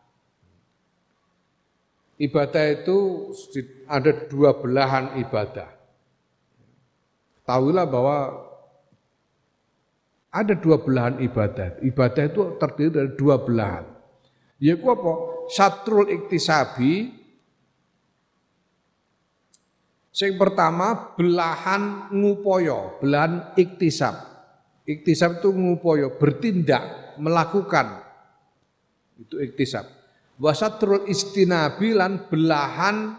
Ibadah itu ada dua belahan ibadah. Tahuilah bahwa ada dua belahan ibadah. Ibadah itu terdiri dari dua belahan. Yaitu apa? Satrul iktisabi. Yang pertama belahan ngupoyo, belahan iktisab. Iktisab itu ngupoyo, bertindak, melakukan. Itu iktisab. Wasatrul istinabi lan belahan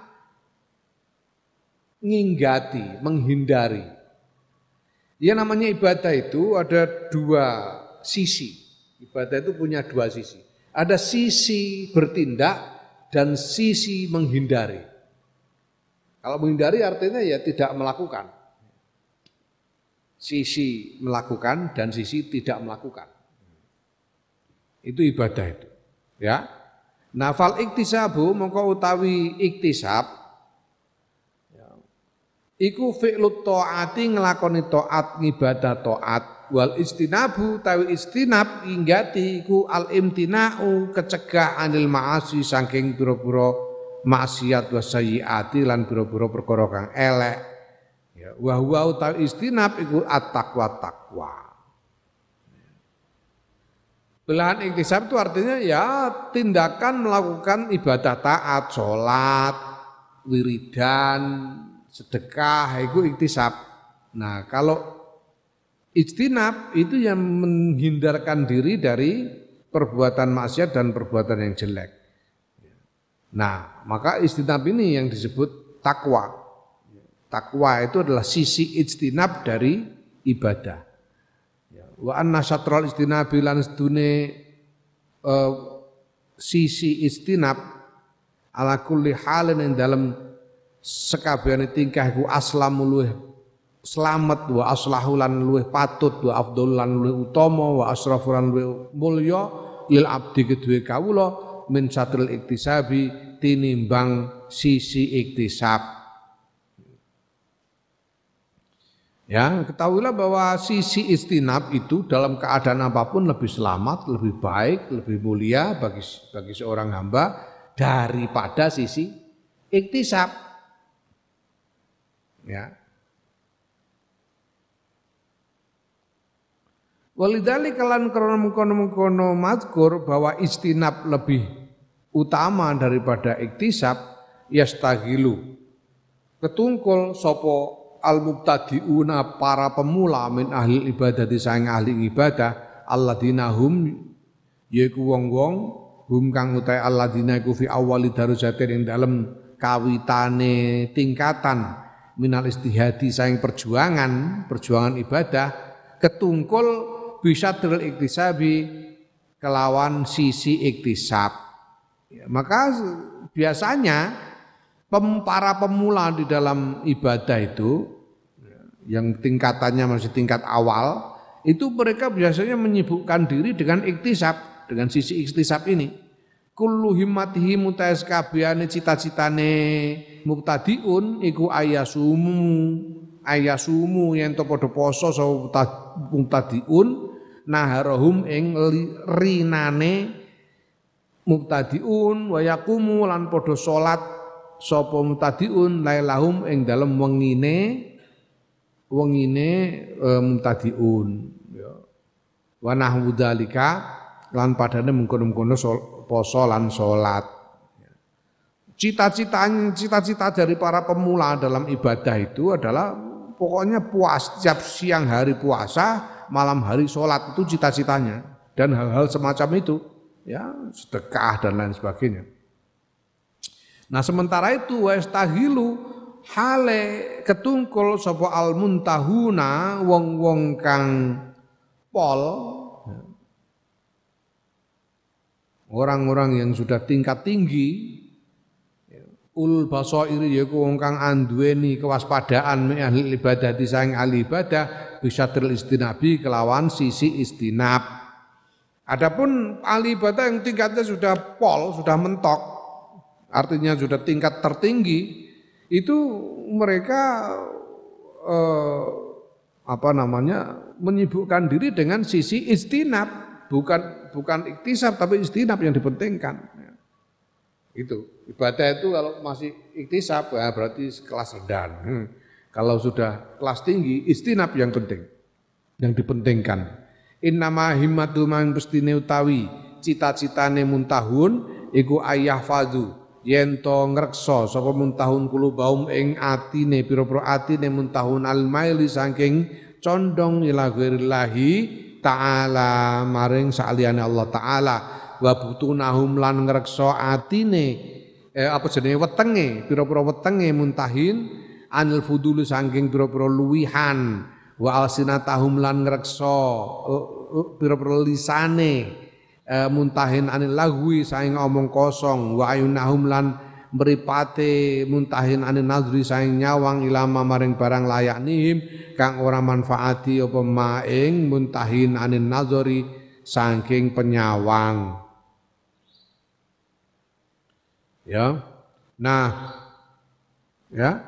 nginggati, menghindari. Ya namanya ibadah itu ada dua sisi. Ibadah itu punya dua sisi. Ada sisi bertindak dan sisi menghindari. Kalau menghindari artinya ya tidak melakukan. Sisi melakukan dan sisi tidak melakukan. Itu ibadah itu. Ya. Nafal iktisabu mongko utawi iktisab iku fi'lut ta'ati nglakoni ta'at ngibadah ta'at wal istinabu tawi istinab inggati iku al imtina'u kecegah anil ma'asi saking pira-pira maksiat wa sayyiati lan pira-pira perkara kang elek ya wa huwa utawi istinab iku at-taqwa Belahan iktisab itu artinya ya tindakan melakukan ibadah taat, sholat, wiridan, sedekah, itu iktisab. Nah kalau ijtinab itu yang menghindarkan diri dari perbuatan maksiat dan perbuatan yang jelek. Nah maka ijtinab ini yang disebut takwa. Takwa itu adalah sisi ijtinab dari ibadah. Wa anna syatral istinabi lan sedune sisi istinab ala kulli halin ing dalem sekabehane tingkah iku aslamu luweh slamet wa aslahu lan luweh patut wa afdhal lan luweh utama wa asrafu lan luweh mulya lil abdi kedue kawula min syatril iktisabi tinimbang sisi iktisab. Ya, ketahuilah bahwa sisi istinab itu dalam keadaan apapun lebih selamat, lebih baik, lebih mulia bagi seorang hamba daripada sisi iktisab. Ya. Walidzalika lan karena mengkono-mengkono mazkur bahwa istinab lebih utama daripada iktisab, yastaghilu. Ketungkul sapa al-mubtadi'una para pemula min ahli ibadah disayang ahli ibadah alladzina hum yaiku wong-wong hum kang utai alladzina iku fi awwali darujatin ing dalem kawitane tingkatan minal istihadi sayang perjuangan ibadah ketungkul bisa dril iktisabi kelawan sisi iktisab. Ya, maka biasanya para pemula di dalam ibadah itu yang tingkatannya masih tingkat awal, itu mereka biasanya menyibukkan diri dengan iktisab, dengan sisi iktisab ini. Kullu himmatihi mutais kabehane cita-citane mubtadiun iku ayasumu yen to padha poso sapa mubtadiun naharahum ing rinane mubtadiun wa yaqumu lan padha salat sapa mubtadiun lailahum ing dalem wengine mubtadiun ya wa nahwu dzalika lan padane mengkono-mengkono poso lan salat. Cita-cita dari para pemula dalam ibadah itu adalah pokoknya setiap siang hari puasa, malam hari salat, itu cita-citanya dan hal-hal semacam itu ya sedekah dan lain sebagainya. Nah sementara itu wastahilu hale ketungkul sapa al muntahuna wong-wong kang pol orang-orang yang sudah tingkat tinggi ul basairi yaiku wong kang anduweni kewaspadaan min ahli ibadah disayang ahli ibadah bisa teristinabi kelawan sisi istinab. Adapun ahli ibadah yang tingkatnya sudah pol, sudah mentok, artinya sudah tingkat tertinggi, itu mereka menyibukkan diri dengan sisi istinab, bukan iktisab tapi istinab yang dipentingkan. Itu ibadah itu kalau masih iktisab ya berarti kelas rendah. Kalau sudah kelas tinggi istinab yang penting, yang dipentingkan. Innama himmatu man pestine utawi cita-citane muntahun iku ayah fadhu yen to ngreksa sapa muntahun qulubahum ing atine pira-pira atine muntahun al-maili saking condong ila ghairillahi taala maring saliyane Allah taala wa butunahum lan ngreksa atine wetenge pira-pira wetenge muntahin anil fudul saking pira-pira luwihan wa alsinatahum lan ngreksa pira-pira lisane muntahin anil lagwi saing omong kosong wa ayunahum lan mripate muntahin anil nadri saing nyawang ilama maring barang layak nihim kang ora manfaati apa maing muntahin anil nazari saking penyawang ya nah ya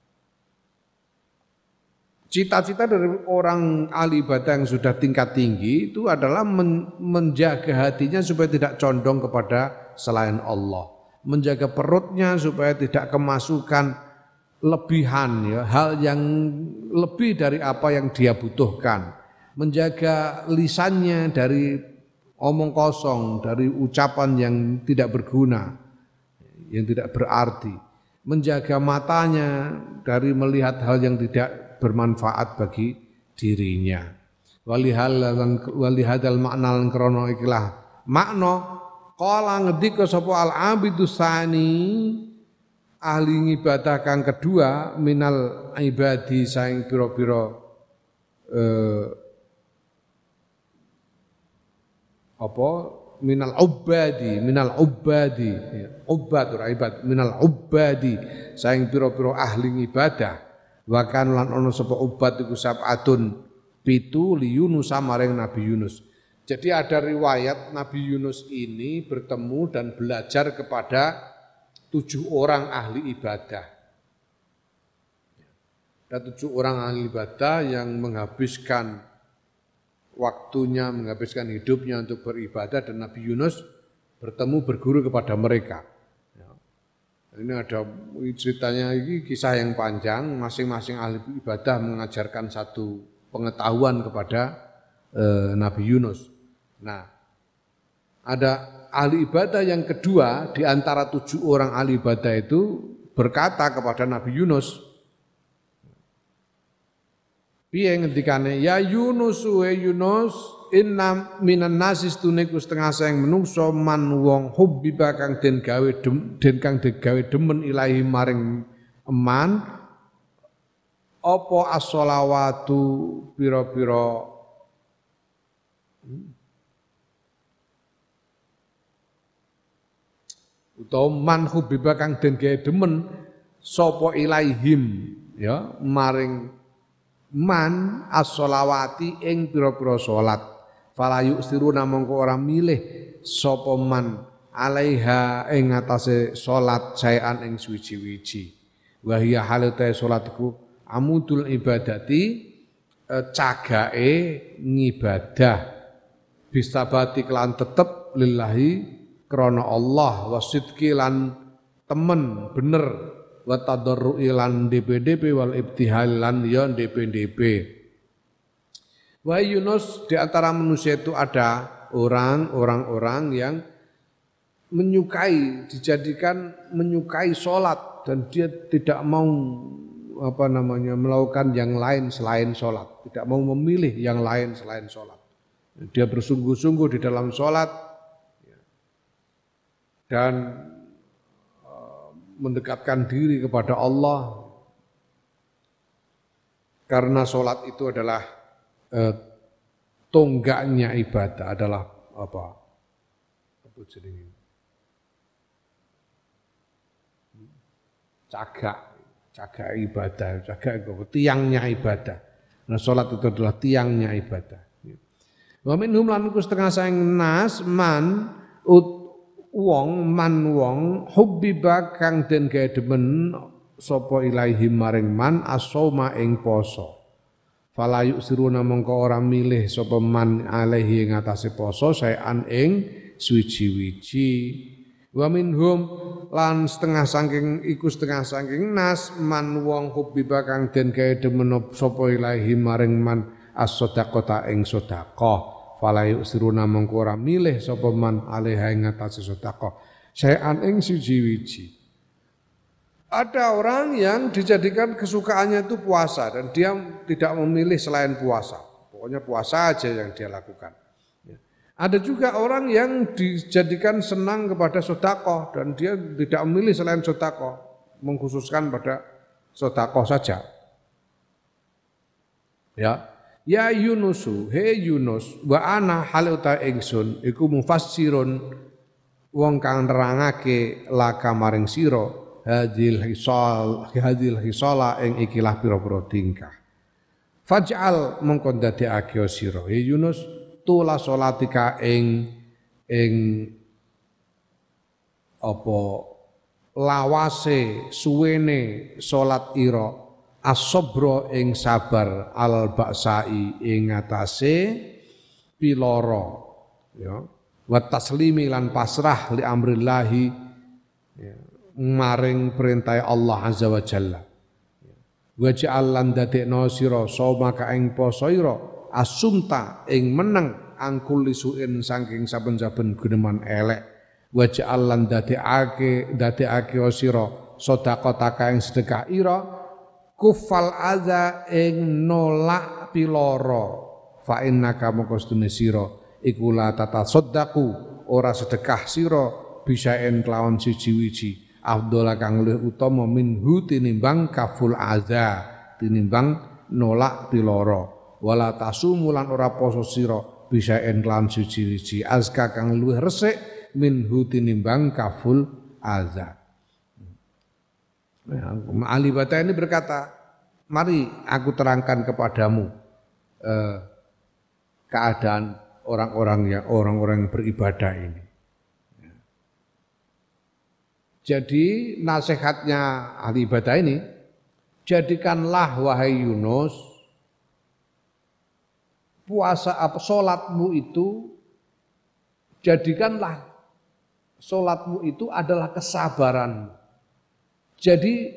cita-cita dari orang ahli ibadah yang sudah tingkat tinggi itu adalah menjaga hatinya supaya tidak condong kepada selain Allah, menjaga perutnya supaya tidak kemasukan lebihan ya, hal yang lebih dari apa yang dia butuhkan, menjaga lisannya dari omong kosong, dari ucapan yang tidak berguna, yang tidak berarti, menjaga matanya dari melihat hal yang tidak bermanfaat bagi dirinya. Walihadal makna lan krana ikilah makna qala ngendika sapa al-abidus sani ahli ibadah kang kedua minal ibadi saing pira-pira minal ubbadi ubbad ora ibad minal ubbadi saing pira-pira ahli ibadah wa kan lan ana sapa ubbad iku sab'atun 7 li Yunus maring Nabi Yunus. Jadi ada riwayat Nabi Yunus ini bertemu dan belajar kepada 7 orang ahli ibadah. Ada 7 orang ahli ibadah yang menghabiskan waktunya, menghabiskan hidupnya untuk beribadah dan Nabi Yunus bertemu berguru kepada mereka. Ini ada ceritanya, ini kisah yang panjang, masing-masing ahli ibadah mengajarkan satu pengetahuan kepada Nabi Yunus. Nah, ada ahli ibadah yang kedua di antara 7 orang ahli ibadah itu berkata kepada Nabi Yunus, piye ngendikane, ya Yunus wa Yunus inna minan nasis tuniku setengah sayang menungso man wong hubbiba kang den gawe demen ilahi maring eman apa as-sholawatu pira-pira utawa man hubbiba kang den gawe demen sapa ilaihim ya maring man as-sholawati ing pira-pira salat fala yusiruna mongko ora milih sapa man alaiha ing atase salat saean ing suwi-wiji wa hiya halate salat iku amudul ibadati cagake ngibadah bisabati kelan tetep lillahi krana Allah wasidqi lan temen bener wa tadarrui lan DPDP wal ibtihal lan ya DPDP. Wa Yunus di antara manusia itu ada orang-orang yang menyukai salat dan dia tidak mau melakukan yang lain selain salat, tidak mau memilih yang lain selain salat. Dia bersungguh-sungguh di dalam salat dan mendekatkan diri kepada Allah karena sholat itu adalah tonggaknya ibadah, adalah cagak ibadah, tiangnya ibadah. Nah sholat itu adalah tiangnya ibadah. Wa minhum lan iku setengah saing nas man wong hubbiba kang den gawe demen sapa ilaihi maring man as-shauma ing poso. Fala yusiruna mongko ora milih sapa man alaihi ing atase poso saean ing suwi-wiji. Wa minhum lan setengah saking nas man wong hubbiba kang den gawe demen sapa ilaihi maring man as-shadaqata ing sedekah. Fala yusiruna mongko ora milih sapa man alaiha ing atase sedekah saean ing suwi-wiji. Ada orang yang dijadikan kesukaannya itu puasa dan dia tidak memilih selain puasa. Pokoknya puasa aja yang dia lakukan. Ada juga orang yang dijadikan senang kepada sedekah dan dia tidak memilih selain sedekah, mengkhususkan pada sedekah saja. Ya Yunusu, he Yunus, wa ana haluta ingsun iku mufassirun wong kang nerangake laka maring sira hadil hisala ing ikilah pira-pira tingkah. Faj'al mongko ndadekake sira he Yunus tula salatika ing apa lawase suwene salat ira as-sabra ing sabar al-ba'sai ing atase piloro ya wa taslimi lan pasrah li amrillahi ya, maring perintah Allah azza wa jalla wa ja'al lan dadekno sira soma ka ing poso ira asumta ing meneng angkul lisuin saking saben-saben guneman elek waja'al lan dadekake sira sedekah ing sedekah ira kufal adza ing nolak piloro fa innaka mongko sedune sira iku la tatasaddaqu ora sedekah sira bisaen kelawan siji-wiji afdhala kang luwih utama minhu tinimbang kaful adza tinimbang nolak piloro wala tasumu lan ora poso sira bisaen kelawan siji-wiji azka kang luwih resik minhu tinimbang kaful adza. Ali Bata ini berkata, mari aku terangkan kepadamu keadaan orang-orang yang beribadah ini. Jadi nasihatnya ahli ibadah ini, jadikanlah wahai Yunus solatmu itu, jadikanlah solatmu itu adalah kesabaran. Jadi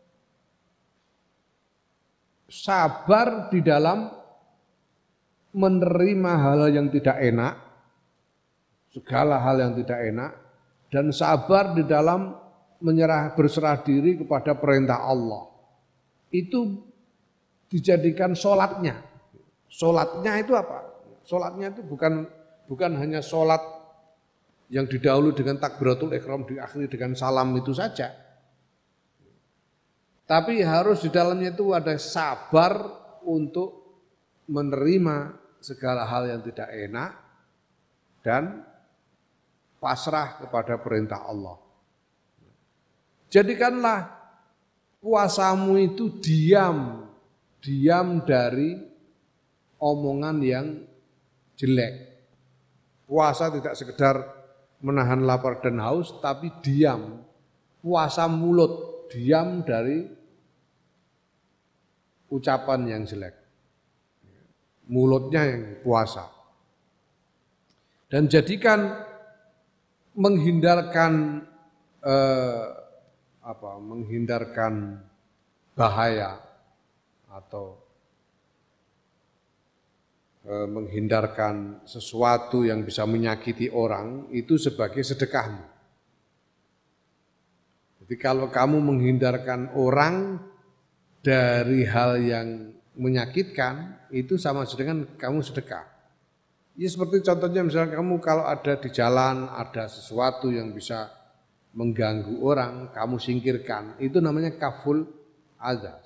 sabar di dalam menerima hal yang tidak enak, segala hal yang tidak enak, dan sabar di dalam berserah diri kepada perintah Allah. Itu dijadikan solatnya. Solatnya itu apa? Solatnya itu bukan hanya solat yang didahului dengan takbiratul ihram, diakhiri dengan salam itu saja. Tapi harus di dalamnya itu ada sabar untuk menerima segala hal yang tidak enak dan pasrah kepada perintah Allah. Jadikanlah puasamu itu diam dari omongan yang jelek. Puasa tidak sekedar menahan lapar dan haus, tapi diam. Puasa mulut, diam dari ucapan yang jelek. Mulutnya yang puasa. Dan jadikan menghindarkan bahaya atau menghindarkan sesuatu yang bisa menyakiti orang itu sebagai sedekahmu. Jadi kalau kamu menghindarkan orang dari hal yang menyakitkan, itu sama dengan kamu sedekah. Ya seperti contohnya misalnya kamu kalau ada di jalan, ada sesuatu yang bisa mengganggu orang, kamu singkirkan, itu namanya kaful adza.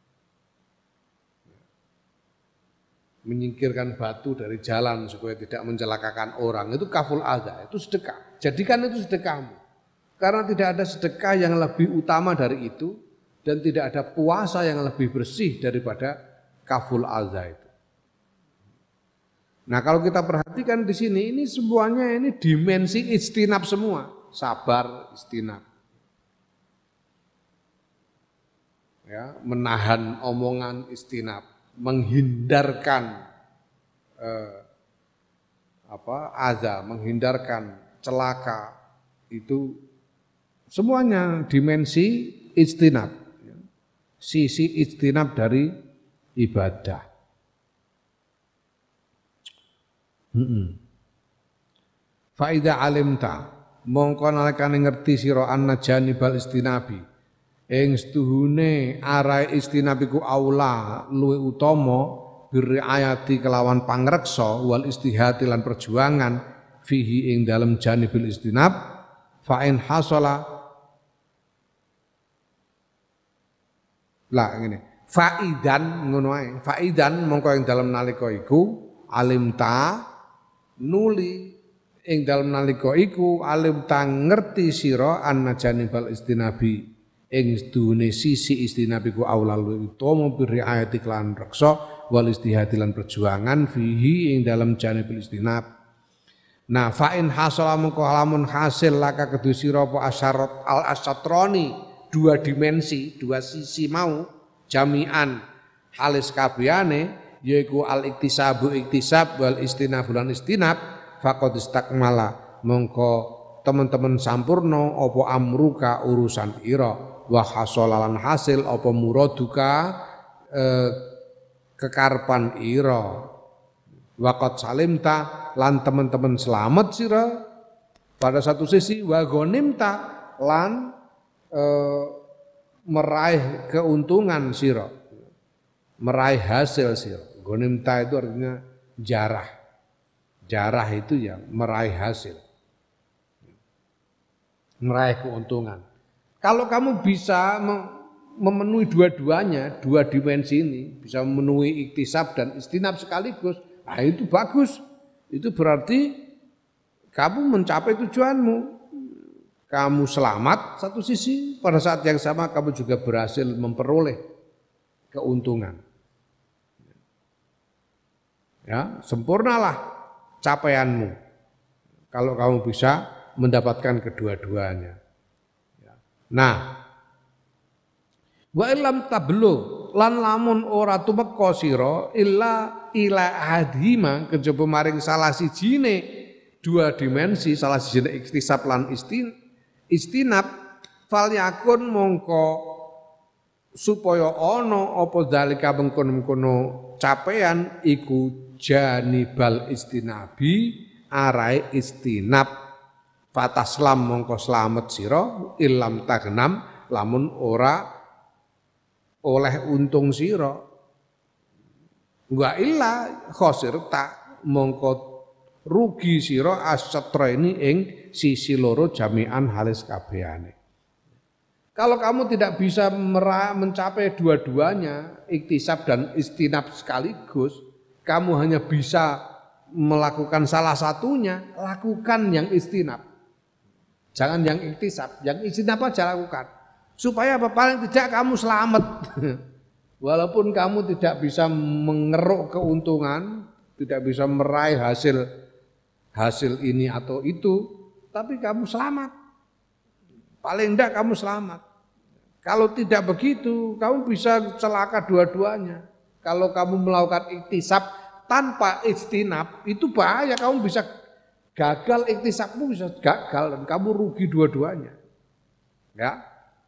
Menyingkirkan batu dari jalan supaya tidak mencelakakan orang, itu kaful adza, itu sedekah. Jadikan itu sedekahmu. Karena tidak ada sedekah yang lebih utama dari itu, dan tidak ada puasa yang lebih bersih daripada kaful adza itu. Nah kalau kita perhatikan di sini, ini semuanya ini dimensi istinab semua, sabar istinab, ya, menahan omongan istinab, menghindarkan adza, menghindarkan celaka, itu semuanya dimensi istinab. Sisi istinab dari ibadah. Faida alimta mongko nalikane ngerti sira anna janibal istinabi ing setuhune arahe istinabiku aula luwih utama birriayati kelawan pangreksa wal istihati lan perjuangan fihi ing dalem janibil istinab fa in hasala lah ngene faidan ngono ae faidan mongko ing dalem nalika iku alimta nuli ing dalem nalika iku alimta ngerti sira anna janibal istinabi ing sedune sisi istinabi ku aulalu utama biriayati lan reksa wal istihati lan perjuangan fihi ing dalem janibul istinab. Nah fa in hasala mongko lamun hasil laka kedue sira apa asyarat al asyatroni dua dimensi, dua sisi mau jami'an halis kabehane yaiku al iktisabu iktisab wal istinab lan istinab faqad istakmala mongko teman-teman sampurno apa amruka urusan ira wa hasolalan hasil apa muraduka kekarepan ira Waqat salimta lan teman-teman selamat sira pada satu sisi, wa ghanimta lan meraih keuntungan sira, meraih hasil sira. Ghanimta itu artinya jarah. Jarah itu ya meraih hasil, meraih keuntungan. Kalau kamu bisa memenuhi dua-duanya, dua dimensi ini, bisa memenuhi iktisab dan istinab sekaligus, nah itu bagus. Itu berarti kamu mencapai tujuanmu. Kamu selamat satu sisi, pada saat yang sama kamu juga berhasil memperoleh keuntungan. Ya, sempurnalah capaianmu kalau kamu bisa mendapatkan kedua-duanya. Nah, wa illam tablu lan lamun ora tumeka sira illa ila adhima kejaba maring salah sijine dua dimensi, salah sijine iktisab lan istinab, fal yakun mongko supaya ana apa dalika mengkono-mengkono capaian iku janibal istinabi arai istinab, fataslam mongko slamet sira illam tagnam lamun ora oleh untung sira, wa illa khosirta mongko rugi sira asyatra ini ing sisi loro jami'an halis kabehane. Kalau kamu tidak bisa mencapai dua-duanya, iktisab dan istinab sekaligus, kamu hanya bisa melakukan salah satunya, lakukan yang istinab. Jangan yang iktisab, yang istinab aja lakukan. Supaya apa? Paling tidak kamu selamat. Walaupun kamu tidak bisa mengeruk keuntungan, tidak bisa meraih hasil ini atau itu, tapi kamu selamat. Paling tidak kamu selamat. Kalau tidak begitu, kamu bisa celaka dua-duanya. Kalau kamu melakukan iktisab tanpa istinab, itu bahaya. Kamu bisa gagal, iktisabmu bisa gagal dan kamu rugi dua-duanya. Ya.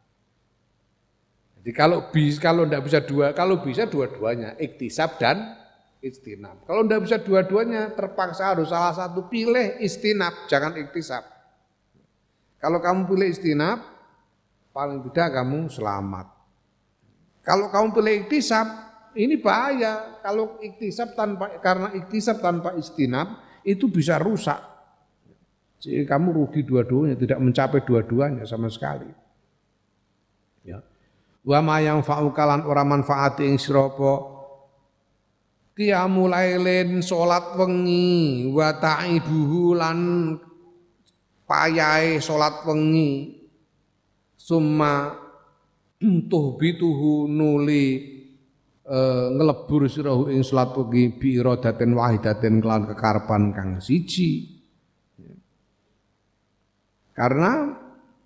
Jadi kalau tidak bisa kalau bisa dua-duanya, iktisab dan istinab. Kalau tidak bisa dua-duanya, terpaksa harus salah satu, pilih istinab, jangan iktisab. Kalau kamu pilih istinab, paling tidak kamu selamat. Kalau kamu pilih iktisab, ini bahaya. Kalau karena iktisab tanpa istinab, itu bisa rusak. Jadi kamu rugi dua-duanya, tidak mencapai dua-duanya sama sekali. Ya. Wa ma yang fa'ukalan ora manfaati ing sira apa qiyamul lailin salat wengi wa ta'ibuhu lan payahe salat wengi summa tuhbituhu nuli ngelebur sirahu ing salat wengi bi iradatin wahidatin kelan kekarepan kang siji. Karena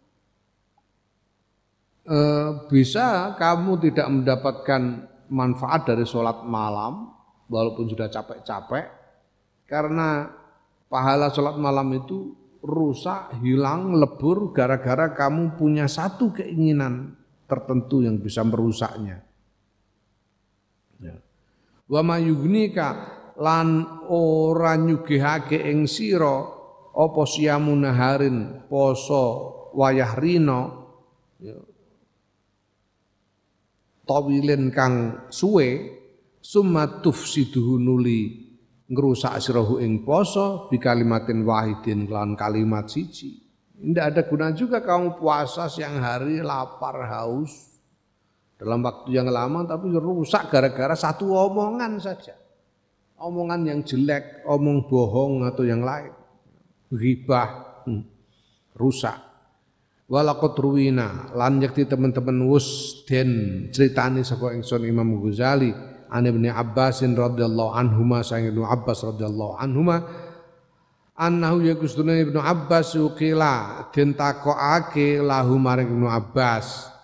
bisa kamu tidak mendapatkan manfaat dari sholat malam walaupun sudah capek-capek, karena pahala sholat malam itu rusak, hilang, lebur gara-gara kamu punya satu keinginan tertentu yang bisa merusaknya. Wa mayugnika lan ora nyugihake ing sira apa siyamun naharin poso wayah rina tawilin kang suwe summa tufsiduhu nuli ngrusak sirahu ing poso bi kalimatin wahidin lan kalimat siji. Tidak ada guna juga kamu puasa siang hari lapar haus dalam waktu yang lama tapi rusak gara-gara satu omongan saja. Omongan yang jelek, omong bohong atau yang lain. Ghibah, rusak. Walaqad ruwina lan yakti teman-teman wus den critani saka ingsun Imam Ghazali an Ibnu Abbas radhiyallahu anhuma sang Ibnu Abbas radhiyallahu anhuma annahu yakustuna Ibnu Abbas uqila den takokake lahu maring Ibnu Abbas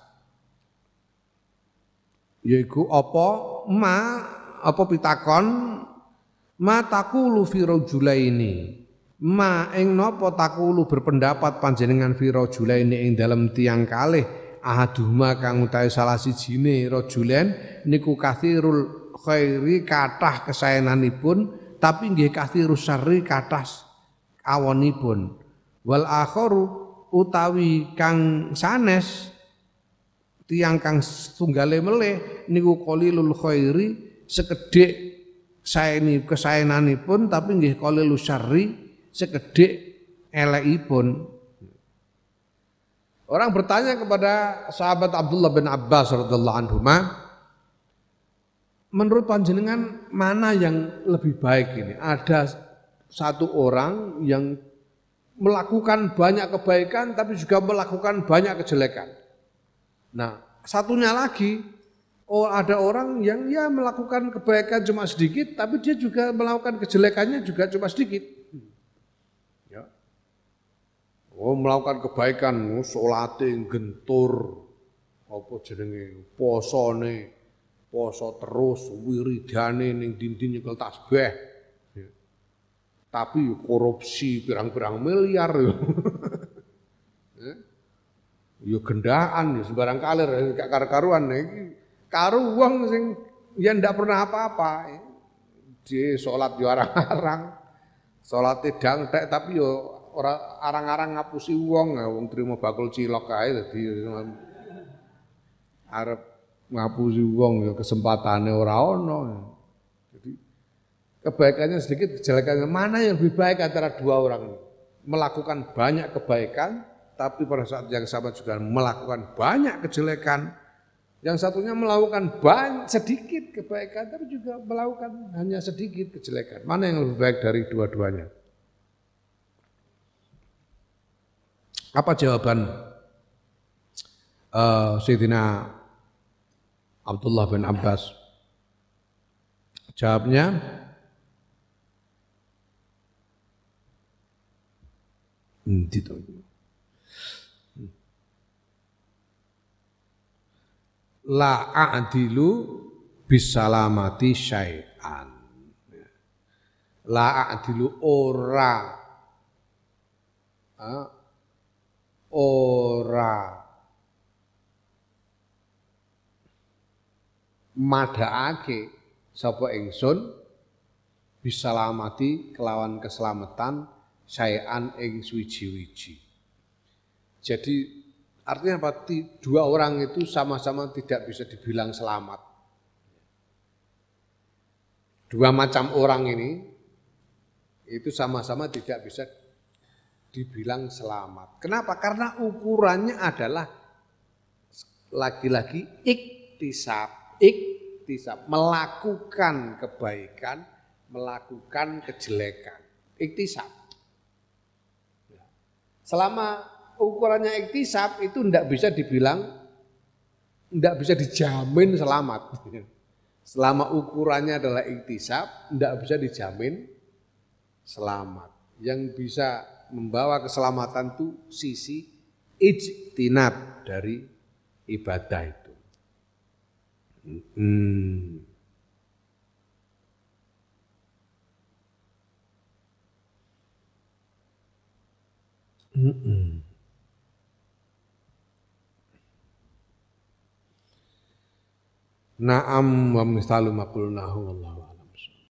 yaiku apa pitakon ma taqulu fi rajulaini ma ing napa takulu berpendapat panjenengan fi rajulaini ing dalem tiyang kalih ahaduhuma kang utahe salah sijine rajulan niku kathirul khairi kathah kesaenanipun tapi nggih kathirus syarri kathah awonipun. Wal akharu utawi kang sanes tiyang kang tunggale melih niku qalilul khairi sekedhik kesaenanipun tapi nggih qalilus syarri sekedhik elekipun. Orang bertanya kepada sahabat Abdullah bin Abbas radhiyallahu anhuma, menurut panjenengan mana yang lebih baik ini? Ada satu orang yang melakukan banyak kebaikan tapi juga melakukan banyak kejelekan. Nah, satunya lagi, ada orang yang ya melakukan kebaikan cuma sedikit tapi dia juga melakukan kejelekannya juga cuma sedikit. Melakukan kebaikan, salate gentur, apa jenenge, posone, poso terus, wiridane ning dinding nyekel tasbih. Tapi korupsi pirang-pirang miliar yo. Yo gendaan yo sembarang kalir gak karu-karuan iki. Karo wong sing ya ndak pernah apa-apa. Di salat yo arang-arang. Salate dangtek tapi yo ora arang-arang ngapusi wong trimo bakul cilok kae dadi arep ngapusi wong ya kesempatane ora ana. Jadi kebaikannya sedikit, kejelekannya mana yang lebih baik antara dua orang ini? Melakukan banyak kebaikan tapi pada saat yang sama juga melakukan banyak kejelekan. Yang satunya melakukan sedikit kebaikan tapi juga melakukan hanya sedikit kejelekan. Mana yang lebih baik dari dua-duanya? Apa jawaban Sayyidina Abdullah bin Abbas? Jawabnya, la a'dilu bisalamati syai'an. La a'dilu ora madhaake sapa ingsun bisalamati kelawan keselamatan syai'an ing suwiji-wiji. Jadi artinya apa? Dua orang itu sama-sama tidak bisa dibilang selamat. Dua macam orang ini itu sama-sama tidak bisa dibilang selamat. Kenapa? Karena ukurannya adalah lagi-lagi iktisab, melakukan kebaikan, melakukan kejelekan. Iktisab. Selama ukurannya iktisab itu tidak bisa dibilang, tidak bisa dijamin selamat. Selama ukurannya adalah iktisab, tidak bisa dijamin selamat. Yang bisa membawa keselamatan itu sisi ijtinab dari ibadah itu. Naam wa misalu ma qulnahu wallahu